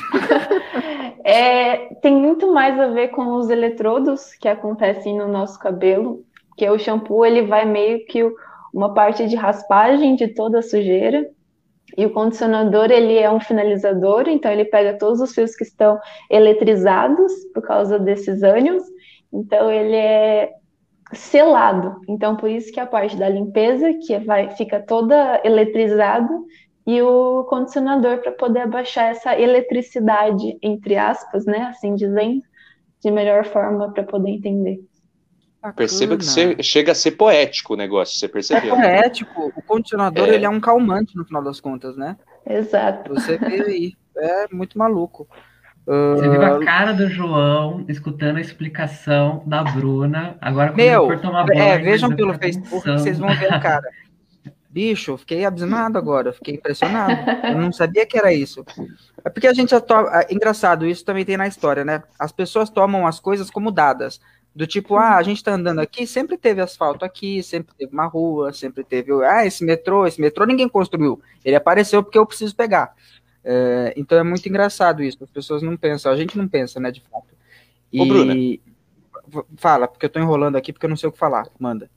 É, tem muito mais a ver com os eletrodos que acontecem no nosso cabelo, que o shampoo ele vai meio que uma parte de raspagem de toda a sujeira, e o condicionador ele é um finalizador, então ele pega todos os fios que estão eletrizados por causa desses ânions, então ele é selado, então por isso que a parte da limpeza que vai, fica toda eletrizada, e o condicionador para poder abaixar essa eletricidade, entre aspas, né, assim dizendo, de melhor forma para poder entender. Bacana. Perceba que você, chega a ser poético o negócio, você percebeu? É poético, o condicionador é. ele é um calmante no final das contas, né? Exato. Você vê aí, é muito maluco. Você viu a cara do João escutando a explicação da Bruna, agora quando Meu, for tomar banho... É, vejam pelo Facebook que vocês vão ver a cara. Bicho, eu fiquei abismado agora, fiquei impressionado. Eu não sabia que era isso. É porque a gente já toma... Engraçado, isso também tem na história, né? As pessoas tomam as coisas como dadas. Do tipo, ah, a gente tá andando aqui, sempre teve asfalto aqui, sempre teve uma rua, sempre teve... Ah, esse metrô, esse metrô ninguém construiu. Ele apareceu porque eu preciso pegar. É, então é muito engraçado isso. As pessoas não pensam, a gente não pensa, né, de fato. E... Ô, Bruna. Fala, porque eu tô enrolando aqui porque eu não sei o que falar. Manda.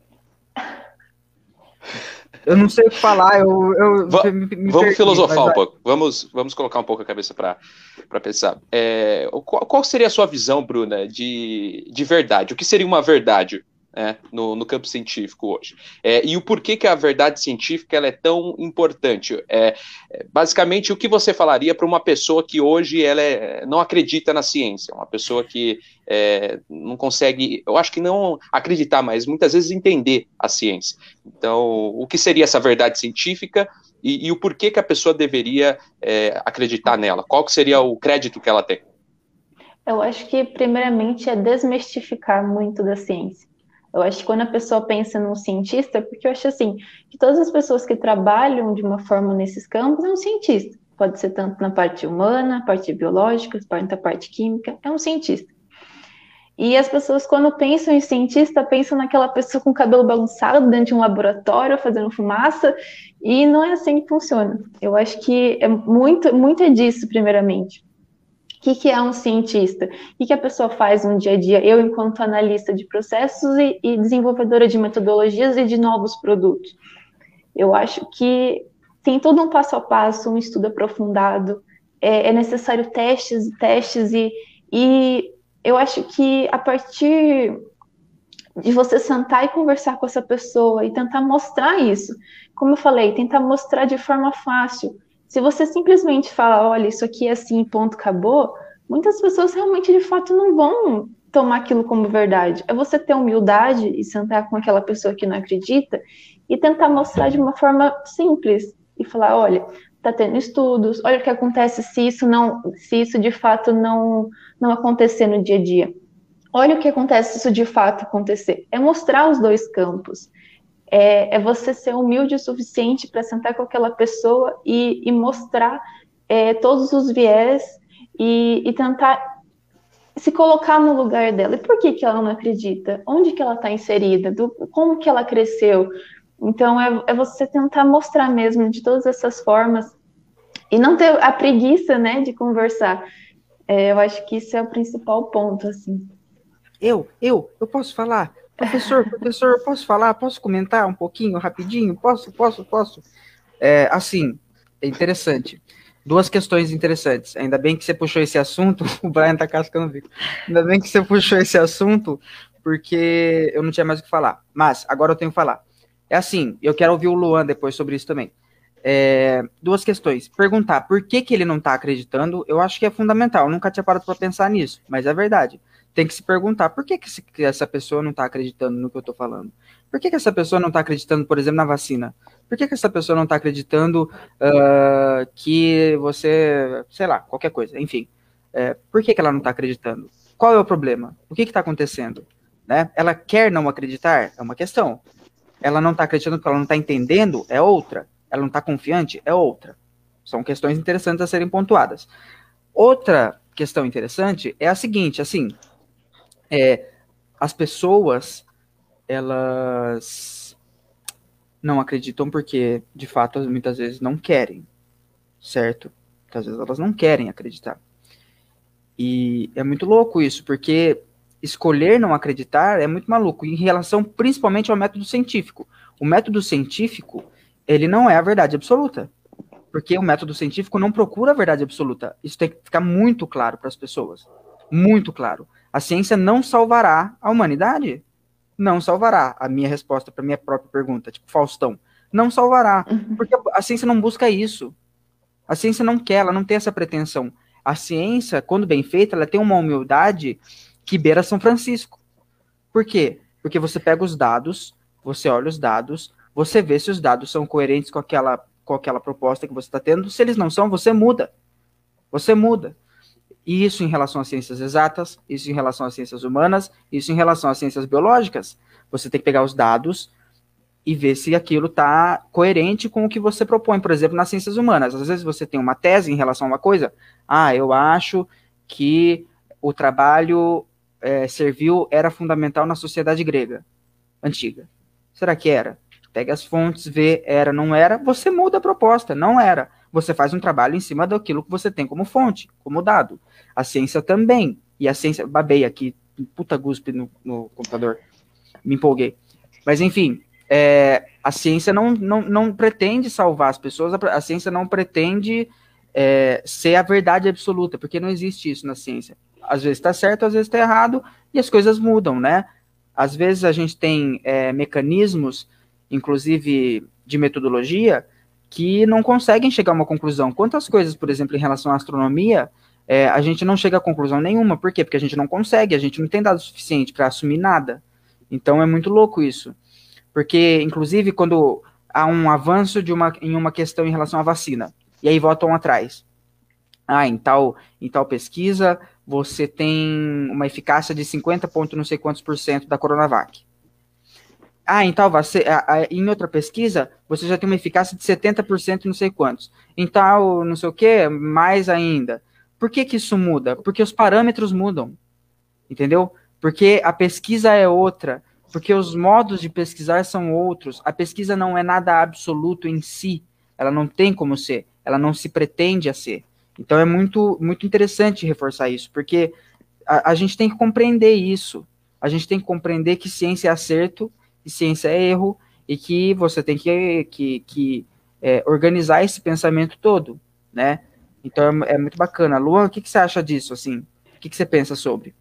Eu não sei o que falar, eu, eu Va me, me Vamos perdi, filosofar mas... um pouco, vamos, vamos colocar um pouco a cabeça para pensar. É, qual, qual seria a sua visão, Bruna, de, de verdade? O que seria uma verdade, né, no, no campo científico hoje? É, e o porquê que a verdade científica ela é tão importante? É, basicamente, o que você falaria para uma pessoa que hoje ela é, não acredita na ciência, uma pessoa que é, não consegue, eu acho que não acreditar, mas muitas vezes entender a ciência. Então, o que seria essa verdade científica e, e o porquê que a pessoa deveria é, acreditar nela? Qual que seria o crédito que ela tem? Eu acho que, primeiramente, é desmistificar muito da ciência. Eu acho que quando a pessoa pensa num cientista, porque eu acho assim, que todas as pessoas que trabalham de uma forma nesses campos é um cientista. Pode ser tanto na parte humana, parte biológica, na parte química, é um cientista. E as pessoas, quando pensam em cientista, pensam naquela pessoa com o cabelo bagunçado dentro de um laboratório, fazendo fumaça, e não é assim que funciona. Eu acho que é muito, muito é disso, primeiramente. O que, que é um cientista? O que, que a pessoa faz no dia a dia? Eu, enquanto analista de processos e, e desenvolvedora de metodologias e de novos produtos. Eu acho que tem todo um passo a passo, um estudo aprofundado, é, é necessário testes e testes, e, e eu acho que a partir de você sentar e conversar com essa pessoa e tentar mostrar isso, como eu falei, tentar mostrar de forma fácil. Se você simplesmente fala, olha, isso aqui é assim, ponto, acabou, muitas pessoas realmente, de fato, não vão tomar aquilo como verdade. É você ter humildade e sentar com aquela pessoa que não acredita e tentar mostrar de uma forma simples e falar, olha, está tendo estudos, olha o que acontece se isso, não, se isso de fato não, não acontecer no dia a dia. Olha o que acontece se isso de fato acontecer. É mostrar os dois campos. É, é você ser humilde o suficiente para sentar com aquela pessoa e, e mostrar é, todos os viés e, e tentar se colocar no lugar dela. E por que, que ela não acredita? Onde que ela está inserida? Do, como que ela cresceu? Então, é, é você tentar mostrar mesmo de todas essas formas e não ter a preguiça, né, de conversar. É, eu acho que isso é o principal ponto, assim. Eu, eu, eu posso falar? Professor, professor, eu posso falar? Posso comentar um pouquinho, rapidinho? Posso, posso, posso? É, assim, é interessante. Duas questões interessantes. Ainda bem que você puxou esse assunto. O Brian tá cascando o bico. Ainda bem que você puxou esse assunto, porque eu não tinha mais o que falar. Mas, agora eu tenho que falar. É assim, eu quero ouvir o Luan depois sobre isso também. É, duas questões. Perguntar por que, que ele não tá acreditando, eu acho que é fundamental. Eu nunca tinha parado para pensar nisso, mas é verdade. Tem que se perguntar por que, que essa pessoa não está acreditando no que eu estou falando. Por que, que essa pessoa não está acreditando, por exemplo, na vacina? Por que, que essa pessoa não está acreditando uh, que você, sei lá, qualquer coisa, enfim. É, por que, que ela não está acreditando? Qual é o problema? O que está acontecendo? Né? Ela quer não acreditar? É uma questão. Ela não está acreditando porque ela não está entendendo? É outra. Ela não está confiante? É outra. São questões interessantes a serem pontuadas. Outra questão interessante é a seguinte, assim, é, as pessoas, elas não acreditam porque, de fato, muitas vezes não querem, certo? Muitas vezes elas não querem acreditar. E é muito louco isso, porque escolher não acreditar é muito maluco, em relação principalmente ao método científico. O método científico, ele não é a verdade absoluta, porque o método científico não procura a verdade absoluta. Isso tem que ficar muito claro para as pessoas. Muito claro. A ciência não salvará a humanidade. Não salvará. A minha resposta para a minha própria pergunta, tipo Faustão, não salvará, porque a ciência não busca isso. A ciência não quer, ela não tem essa pretensão. A ciência, quando bem feita, ela tem uma humildade que beira São Francisco. Por quê? Porque você pega os dados, você olha os dados, você vê se os dados são coerentes com aquela, com aquela proposta que você está tendo. Se eles não são, você muda. Você muda. E isso em relação às ciências exatas, isso em relação às ciências humanas, isso em relação às ciências biológicas. Você tem que pegar os dados e ver se aquilo está coerente com o que você propõe. Por exemplo, nas ciências humanas. Às vezes você tem uma tese em relação a uma coisa. Ah, eu acho que o trabalho é, servil era fundamental na sociedade grega antiga. Será que era? Pega as fontes, vê, era, não era, você muda a proposta, não era. Você faz um trabalho em cima daquilo que você tem como fonte, como dado. A ciência também. E a ciência, babei aqui, puta guspe no, no computador, me empolguei. Mas enfim, é, a ciência não, não, não pretende salvar as pessoas, a, a ciência não pretende é, ser a verdade absoluta, porque não existe isso na ciência. Às vezes está certo, às vezes está errado, e as coisas mudam, né? Às vezes a gente tem é, mecanismos, inclusive de metodologia, que não conseguem chegar a uma conclusão. Quantas coisas, por exemplo, em relação à astronomia, é, a gente não chega a conclusão nenhuma. Por quê? Porque a gente não consegue, a gente não tem dado suficiente para assumir nada. Então é muito louco isso. Porque, inclusive, quando há um avanço de uma, em uma questão em relação à vacina, e aí voltam atrás. Ah, em tal, em tal pesquisa, você tem uma eficácia de cinquenta ponto não sei quantos por cento da Coronavac. Ah, em tal em outra pesquisa, você já tem uma eficácia de setenta por cento não sei quantos. Em tal, não sei o que, mais ainda. Por que que isso muda? Porque os parâmetros mudam, entendeu? Porque a pesquisa é outra, porque os modos de pesquisar são outros. A pesquisa não é nada absoluto em si, ela não tem como ser, ela não se pretende a ser. Então é muito, muito interessante reforçar isso, porque a, a gente tem que compreender isso. A gente tem que compreender que ciência é acerto, que ciência é erro, e que você tem que, que, que é, organizar esse pensamento todo, né? Então é, é muito bacana. Luan, o que, que você acha disso, assim? O que, que você pensa sobre?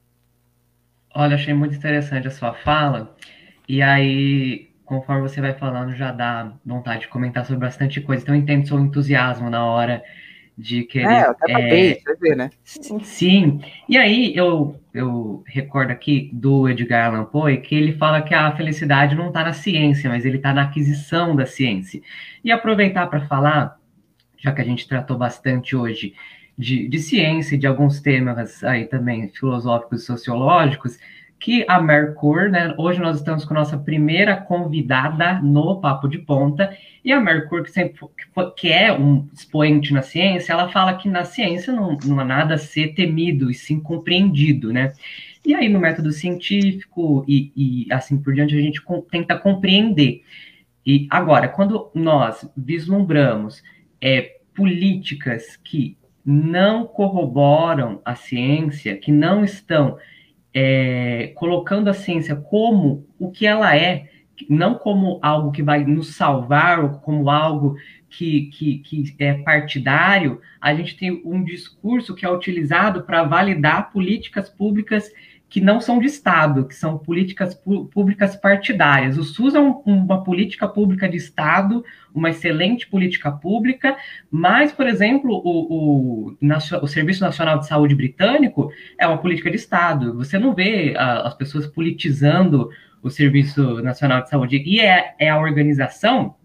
Olha, achei muito interessante a sua fala, e aí, conforme você vai falando, já dá vontade de comentar sobre bastante coisa, então eu entendo seu entusiasmo na hora de querer... É, até babei, é, você vê, né? Sim, e aí eu, eu recordo aqui do Edgar Allan Poe, que ele fala que a felicidade não está na ciência, mas ele está na aquisição da ciência. E aproveitar para falar, já que a gente tratou bastante hoje de, de ciência e de alguns temas aí também filosóficos e sociológicos, que a Mercur, né, hoje nós estamos com a nossa primeira convidada no Papo de Ponta, e a Mercur, que, sempre, que é um expoente na ciência, ela fala que na ciência não, não há nada a ser temido e sim compreendido, né? E aí no método científico e, e assim por diante a gente com, tenta compreender. E agora, quando nós vislumbramos é, políticas que não corroboram a ciência, que não estão É, colocando a ciência como o que ela é, não como algo que vai nos salvar, ou como algo que, que, que é partidário, a gente tem um discurso que é utilizado para validar políticas públicas que não são de Estado, que são políticas públicas partidárias. O SUS é um, uma política pública de Estado, uma excelente política pública, mas, por exemplo, o, o, o Serviço Nacional de Saúde britânico é uma política de Estado. Você não vê a, as pessoas politizando o Serviço Nacional de Saúde. E é, é a organização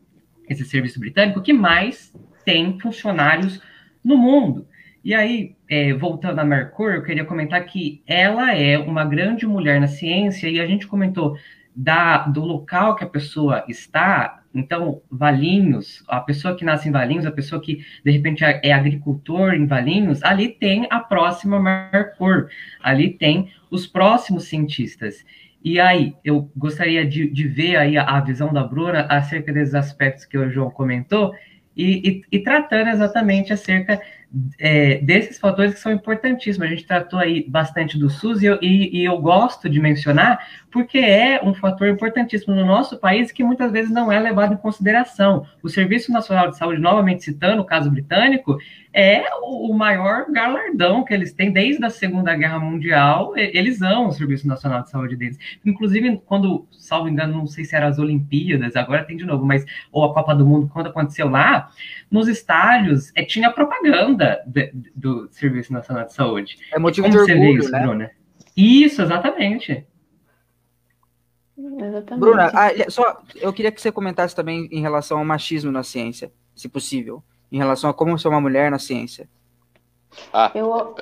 esse serviço britânico que mais tem funcionários no mundo. E aí, é, voltando a Mercur, eu queria comentar que ela é uma grande mulher na ciência, e a gente comentou da, do local que a pessoa está. Então, Valinhos, a pessoa que nasce em Valinhos, a pessoa que, de repente, é agricultor em Valinhos, ali tem a próxima Mercur, ali tem os próximos cientistas. E aí, eu gostaria de, de ver aí a, a visão da Bruna acerca desses aspectos que o João comentou, e, e, e tratando exatamente acerca é, desses fatores que são importantíssimos. A gente tratou aí bastante do SUS, e eu, e, e eu gosto de mencionar porque é um fator importantíssimo no nosso país que muitas vezes não é levado em consideração. O Serviço Nacional de Saúde, novamente citando o caso britânico, é o maior galardão que eles têm desde a Segunda Guerra Mundial. Eles amam o Serviço Nacional de Saúde deles. Inclusive, quando, salvo engano, não sei se eram as Olimpíadas, agora tem de novo, mas ou a Copa do Mundo, quando aconteceu lá, nos estádios é, tinha propaganda de, de, do Serviço Nacional de Saúde. É motivo Como de você orgulho, vê isso, né? Bruna? Isso, exatamente. Exatamente. Bruna, ah, só, eu queria que você comentasse também em relação ao machismo na ciência, se possível, em relação a como ser uma mulher na ciência. Ah, Eu...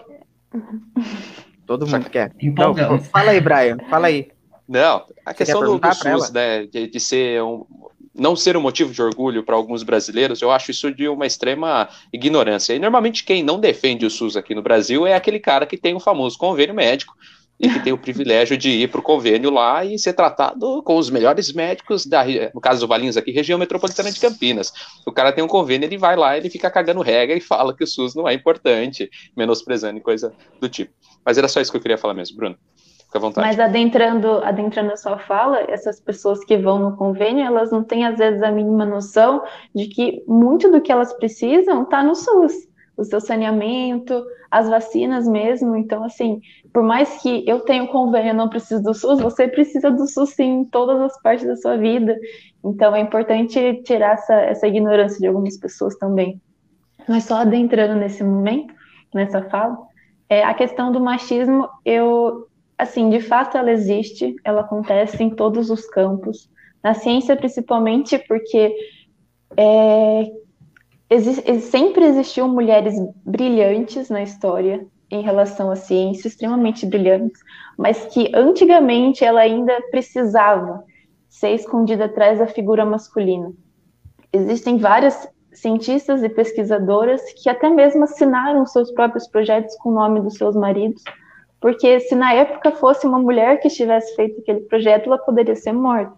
Todo mundo quer. Empolgamos. Não, fala aí, Brian, fala aí. não, a Você questão quer do, do perguntar pra SUS, né, de, de ser um, não ser um motivo de orgulho para alguns brasileiros, eu acho isso de uma extrema ignorância. E normalmente quem não defende o SUS aqui no Brasil é aquele cara que tem o famoso convênio médico e que tem o privilégio de ir para o convênio lá e ser tratado com os melhores médicos, da, no caso do Valinhos aqui, região metropolitana de Campinas. O cara tem um convênio, ele vai lá, ele fica cagando regra e fala que o SUS não é importante, menosprezando e coisa do tipo. Mas era só isso que eu queria falar mesmo, Bruno. Fica à vontade. Mas adentrando, adentrando a sua fala, essas pessoas que vão no convênio, elas não têm, às vezes, a mínima noção de que muito do que elas precisam está no SUS. O seu saneamento, as vacinas mesmo. Então, assim, por mais que eu tenha o convênio e não preciso do SUS, você precisa do SUS, sim, em todas as partes da sua vida. Então, é importante tirar essa, essa ignorância de algumas pessoas também. Mas só adentrando nesse momento, nessa fala, é, a questão do machismo, eu... Assim, de fato ela existe, ela acontece em todos os campos, na ciência principalmente porque é, exi- sempre existiu mulheres brilhantes na história em relação à ciência, extremamente brilhantes, mas que antigamente ela ainda precisava ser escondida atrás da figura masculina. Existem várias cientistas e pesquisadoras que até mesmo assinaram seus próprios projetos com o nome dos seus maridos, porque se na época fosse uma mulher que tivesse feito aquele projeto, ela poderia ser morta.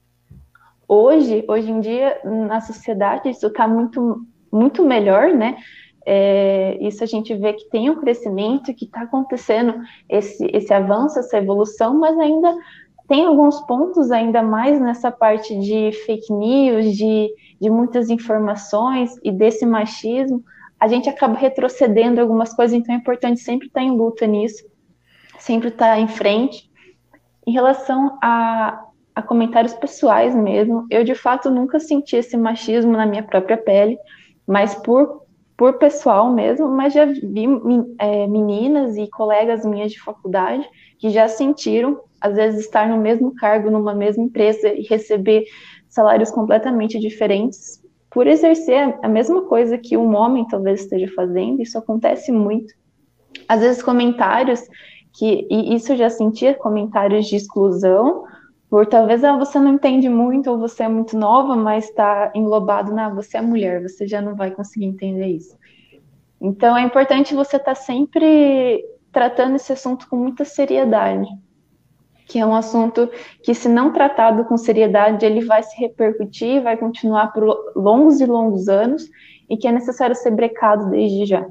Hoje, hoje em dia, na sociedade, isso está muito, muito melhor, né? É, isso a gente vê que tem um crescimento, que está acontecendo esse, esse avanço, essa evolução, mas ainda tem alguns pontos, ainda mais nessa parte de fake news, de, de muitas informações e desse machismo, a gente acaba retrocedendo algumas coisas, então é importante sempre estar em luta nisso, sempre estar em frente. Em relação a, a comentários pessoais mesmo, eu de fato nunca senti esse machismo na minha própria pele, mas por, por pessoal mesmo, mas já vi é, meninas e colegas minhas de faculdade que já sentiram, às vezes, estar no mesmo cargo, numa mesma empresa e receber salários completamente diferentes por exercer a mesma coisa que um homem talvez esteja fazendo. Isso acontece muito. Às vezes comentários que, e isso eu já sentia, comentários de exclusão, por talvez ah, você não entende muito, ou você é muito nova, mas está englobado na você é mulher, você já não vai conseguir entender isso. Então é importante você estar sempre tratando esse assunto com muita seriedade, que é um assunto que, se não tratado com seriedade, ele vai se repercutir, vai continuar por longos e longos anos, e que é necessário ser brecado desde já.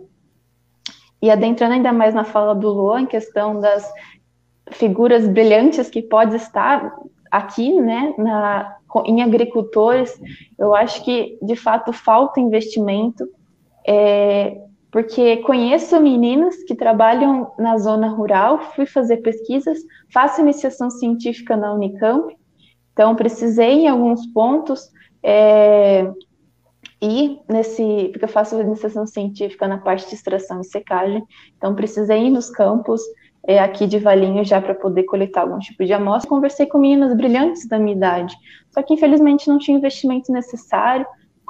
E adentrando ainda mais na fala do Luan, em questão das figuras brilhantes que pode estar aqui, né, na, em agricultores, eu acho que, de fato, falta investimento, é, porque conheço meninas que trabalham na zona rural, fui fazer pesquisas, faço iniciação científica na Unicamp, então precisei em alguns pontos... É, E nesse, porque eu faço iniciação científica na parte de extração e secagem, então precisei ir nos campos é, aqui de Valinhos já para poder coletar algum tipo de amostra. Conversei com meninas brilhantes da minha idade, só que infelizmente não tinha investimento necessário,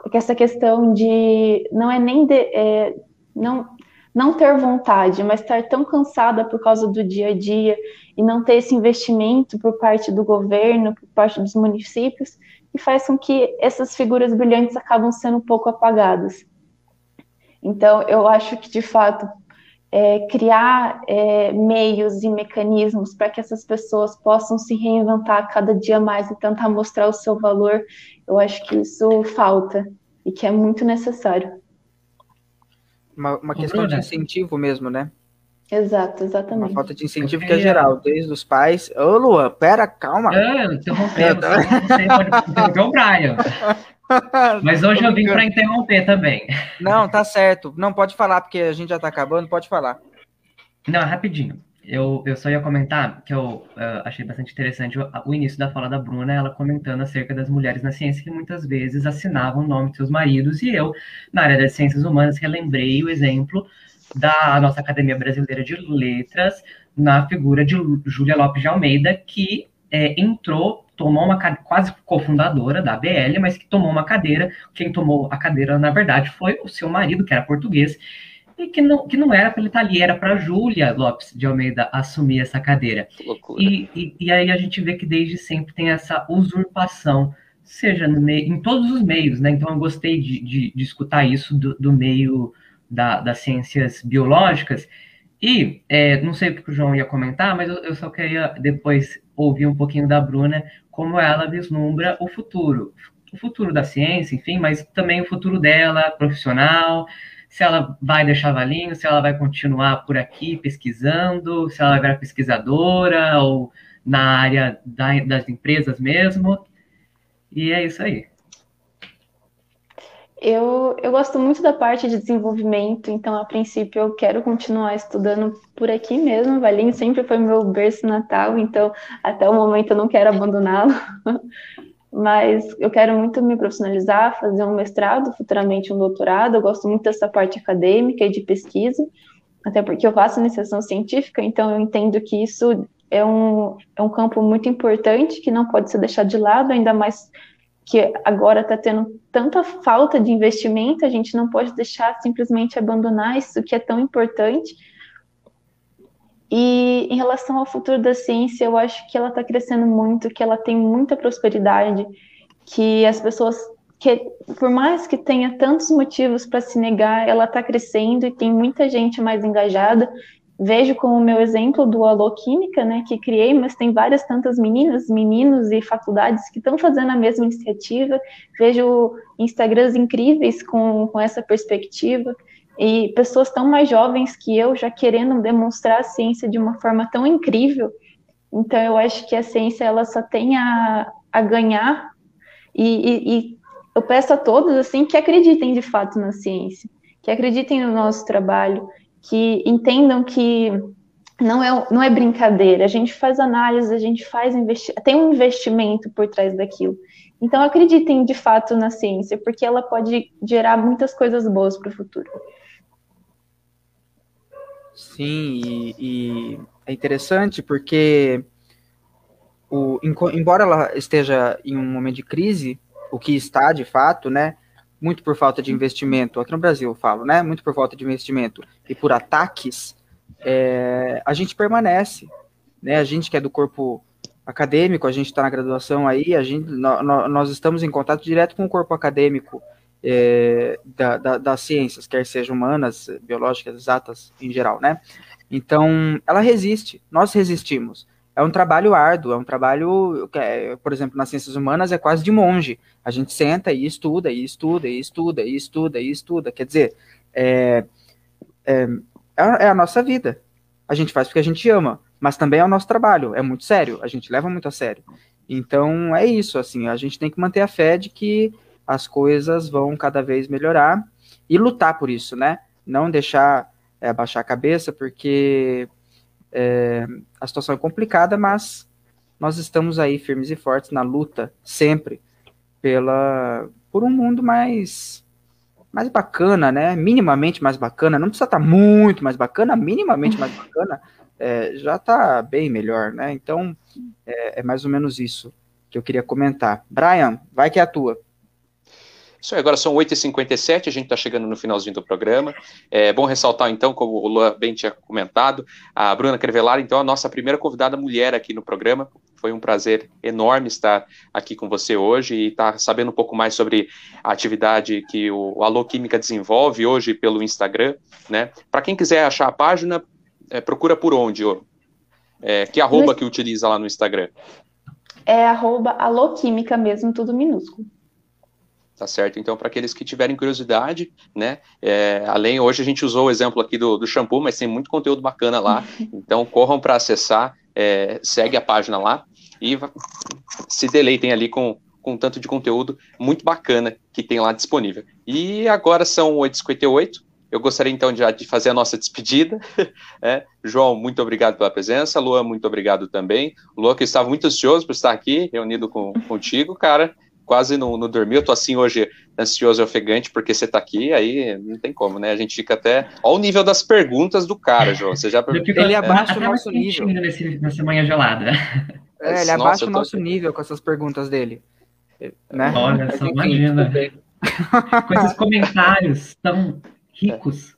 essa questão de não é nem de, é, não, não ter vontade, mas estar tão cansada por causa do dia a dia e não ter esse investimento por parte do governo, por parte dos municípios, que faz com que essas figuras brilhantes acabam sendo um pouco apagadas. Então, eu acho que, de fato, é, criar é, meios e mecanismos para que essas pessoas possam se reinventar cada dia mais e tentar mostrar o seu valor, eu acho que isso falta e que é muito necessário. Uma, uma questão Bruna, de incentivo mesmo, né? Exato, exatamente. Uma falta de incentivo que é geral, desde os pais. Ô, Luan, pera, calma. Eu interrompemos, você pode interromper o Brian. Mas hoje eu vim para interromper também. Não, tá certo. Não, pode falar, porque a gente já tá acabando, pode falar. Não, rapidinho. Eu, eu só ia comentar que eu uh, achei bastante interessante o, o início da fala da Bruna, ela comentando acerca das mulheres na ciência que muitas vezes assinavam o nome de seus maridos, e eu, na área das ciências humanas, relembrei o exemplo da nossa Academia Brasileira de Letras, na figura de Júlia Lopes de Almeida, que é, entrou, tomou uma quase cofundadora da A B L, mas que tomou uma cadeira. Quem tomou a cadeira, na verdade, foi o seu marido, que era português, e que não, que não era para ele estar ali, era para a Júlia Lopes de Almeida assumir essa cadeira. Que loucura. E, e, e aí a gente vê que desde sempre tem essa usurpação, seja no meio, em todos os meios, né? Então eu gostei de, de, de escutar isso do, do meio da, das ciências biológicas. E é, não sei o que o João ia comentar, mas eu, eu só queria depois ouvir um pouquinho da Bruna, como ela vislumbra o futuro. O futuro da ciência, enfim, mas também o futuro dela, profissional, se ela vai deixar valinho, se ela vai continuar por aqui pesquisando, se ela vai virar pesquisadora ou na área da, das empresas mesmo. E é isso aí. Eu, eu gosto muito da parte de desenvolvimento, então, a princípio, eu quero continuar estudando por aqui mesmo. Valinho sempre foi meu berço natal, então, até o momento, eu não quero abandoná-lo. Mas eu quero muito me profissionalizar, fazer um mestrado, futuramente um doutorado. Eu gosto muito dessa parte acadêmica e de pesquisa, até porque eu faço iniciação científica, então eu entendo que isso é um, é um campo muito importante, que não pode ser deixado de lado, ainda mais que agora está tendo tanta falta de investimento, a gente não pode deixar simplesmente abandonar isso que é tão importante. E em relação ao futuro da ciência, eu acho que ela está crescendo muito, que ela tem muita prosperidade, que as pessoas, que por mais que tenha tantos motivos para se negar, ela está crescendo e tem muita gente mais engajada. Vejo como o meu exemplo do Alô Química, né, que criei, mas tem várias tantas meninas, meninos e faculdades que estão fazendo a mesma iniciativa. Vejo Instagrams incríveis com, com essa perspectiva e pessoas tão mais jovens que eu já querendo demonstrar a ciência de uma forma tão incrível. Então, eu acho que a ciência ela só tem a, a ganhar e, e, e eu peço a todos assim, que acreditem de fato na ciência, que acreditem no nosso trabalho, que entendam que não é, não é brincadeira, a gente faz análise, a gente faz investi- tem um investimento por trás daquilo. Então acreditem de fato na ciência, porque ela pode gerar muitas coisas boas para o futuro. Sim, e, e é interessante porque o, embora ela esteja em um momento de crise, o que está de fato, né, muito por falta de investimento, aqui no Brasil eu falo, né, muito por falta de investimento e por ataques, é, a gente permanece, né, a gente que é do corpo acadêmico, a gente está na graduação aí, a gente, no, no, nós estamos em contato direto com o corpo acadêmico é, da, da, das ciências, quer sejam humanas, biológicas, exatas, em geral, né, então ela resiste, nós resistimos. É um trabalho árduo, é um trabalho, por exemplo, nas ciências humanas é quase de monge. A gente senta e estuda, e estuda, e estuda, e estuda, e estuda. Quer dizer, é, é, é a nossa vida. A gente faz porque a gente ama, mas também é o nosso trabalho. É muito sério, a gente leva muito a sério. Então, é isso, assim, a gente tem que manter a fé de que as coisas vão cada vez melhorar e lutar por isso, né? Não deixar é, abaixar a cabeça, porque... É, a situação é complicada, mas nós estamos aí firmes e fortes na luta, sempre, pela, por um mundo mais, mais bacana, né? Minimamente mais bacana, não precisa estar muito mais bacana, minimamente mais bacana, é, já está bem melhor, né? Então, é, é mais ou menos isso que eu queria comentar. Brian, vai que é a tua. Isso aí, agora são oito e cinquenta e sete, a gente está chegando no finalzinho do programa. É bom ressaltar, então, como o Luan bem tinha comentado, a Bruna Crevellari, então, a nossa primeira convidada mulher aqui no programa. Foi um prazer enorme estar aqui com você hoje e estar tá sabendo um pouco mais sobre a atividade que o Alô Química desenvolve hoje pelo Instagram, né? Para quem quiser achar a página, é, procura por onde? É, que arroba que utiliza lá no Instagram? É arroba Alô Química mesmo, tudo minúsculo. Tá certo? Então, para aqueles que tiverem curiosidade, né, é, além, hoje a gente usou o exemplo aqui do, do shampoo, mas tem muito conteúdo bacana lá, então corram para acessar, é, segue a página lá e se deleitem ali com, com um tanto de conteúdo muito bacana que tem lá disponível. E agora são oito e cinquenta e oito, eu gostaria então de, de fazer a nossa despedida. É, João, muito obrigado pela presença, Luan, muito obrigado também. Luan, que estava muito ansioso por estar aqui, reunido com, contigo, cara, quase não, não dormi, eu tô assim hoje ansioso e ofegante porque você tá aqui, aí não tem como, né? A gente fica até... Olha o nível das perguntas do cara, João. Você já... Ele abaixa o nosso nível. Nesse, nessa manhã gelada. É, ele abaixa o nosso nível com essas perguntas dele. Né? Olha só, imagina. Com esses comentários tão ricos.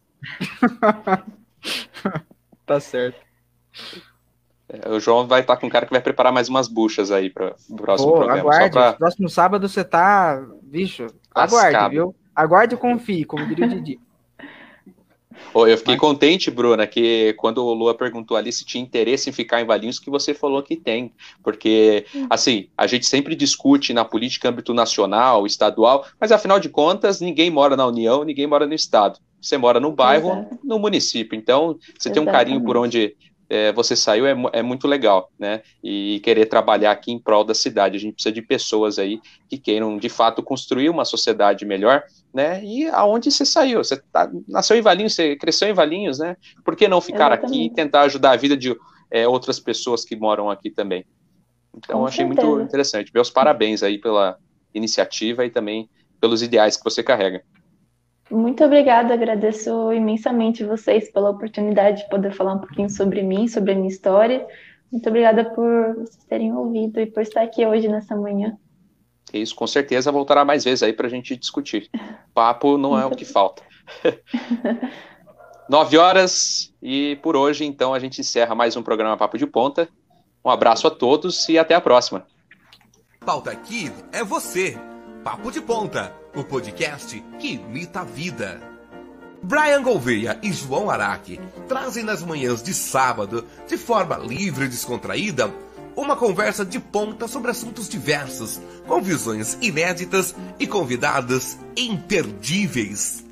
Tá certo. O João vai estar com um cara que vai preparar mais umas buchas aí para o próximo Pô, programa. Aguarde, pra... próximo sábado você tá, bicho, aguarde, Lascado. Viu? Aguarde e confie, como diria o Didi. Oh, eu fiquei Mas... contente, Bruna, que quando o Lua perguntou ali se tinha interesse em ficar em Valinhos, que você falou que tem, porque, assim, a gente sempre discute na política âmbito nacional, estadual, mas afinal de contas, ninguém mora na União, ninguém mora no estado. Você mora no bairro, Exato. no município, então você Exatamente. tem um carinho por onde... É, você saiu, é, é muito legal, né, e querer trabalhar aqui em prol da cidade, a gente precisa de pessoas aí que queiram, de fato, construir uma sociedade melhor, né, e aonde você saiu, você tá, nasceu em Valinhos, você cresceu em Valinhos, né, por que não ficar Exatamente. aqui e tentar ajudar a vida de é, outras pessoas que moram aqui também? Então, Com achei certeza. muito interessante, meus parabéns aí pela iniciativa e também pelos ideais que você carrega. Muito obrigada, agradeço imensamente vocês pela oportunidade de poder falar um pouquinho sobre mim, sobre a minha história. Muito obrigada por vocês terem ouvido e por estar aqui hoje nessa manhã. Isso, com certeza voltará mais vezes aí para a gente discutir. Papo não é o que falta. Nove horas e por hoje, então, a gente encerra mais um programa Papo de Ponta. Um abraço a todos e até a próxima. Pauta aqui é você. Papo de Ponta, o podcast que imita a vida. Brian Gouveia e João Araque trazem nas manhãs de sábado, de forma livre e descontraída, uma conversa de ponta sobre assuntos diversos, com visões inéditas e convidados imperdíveis.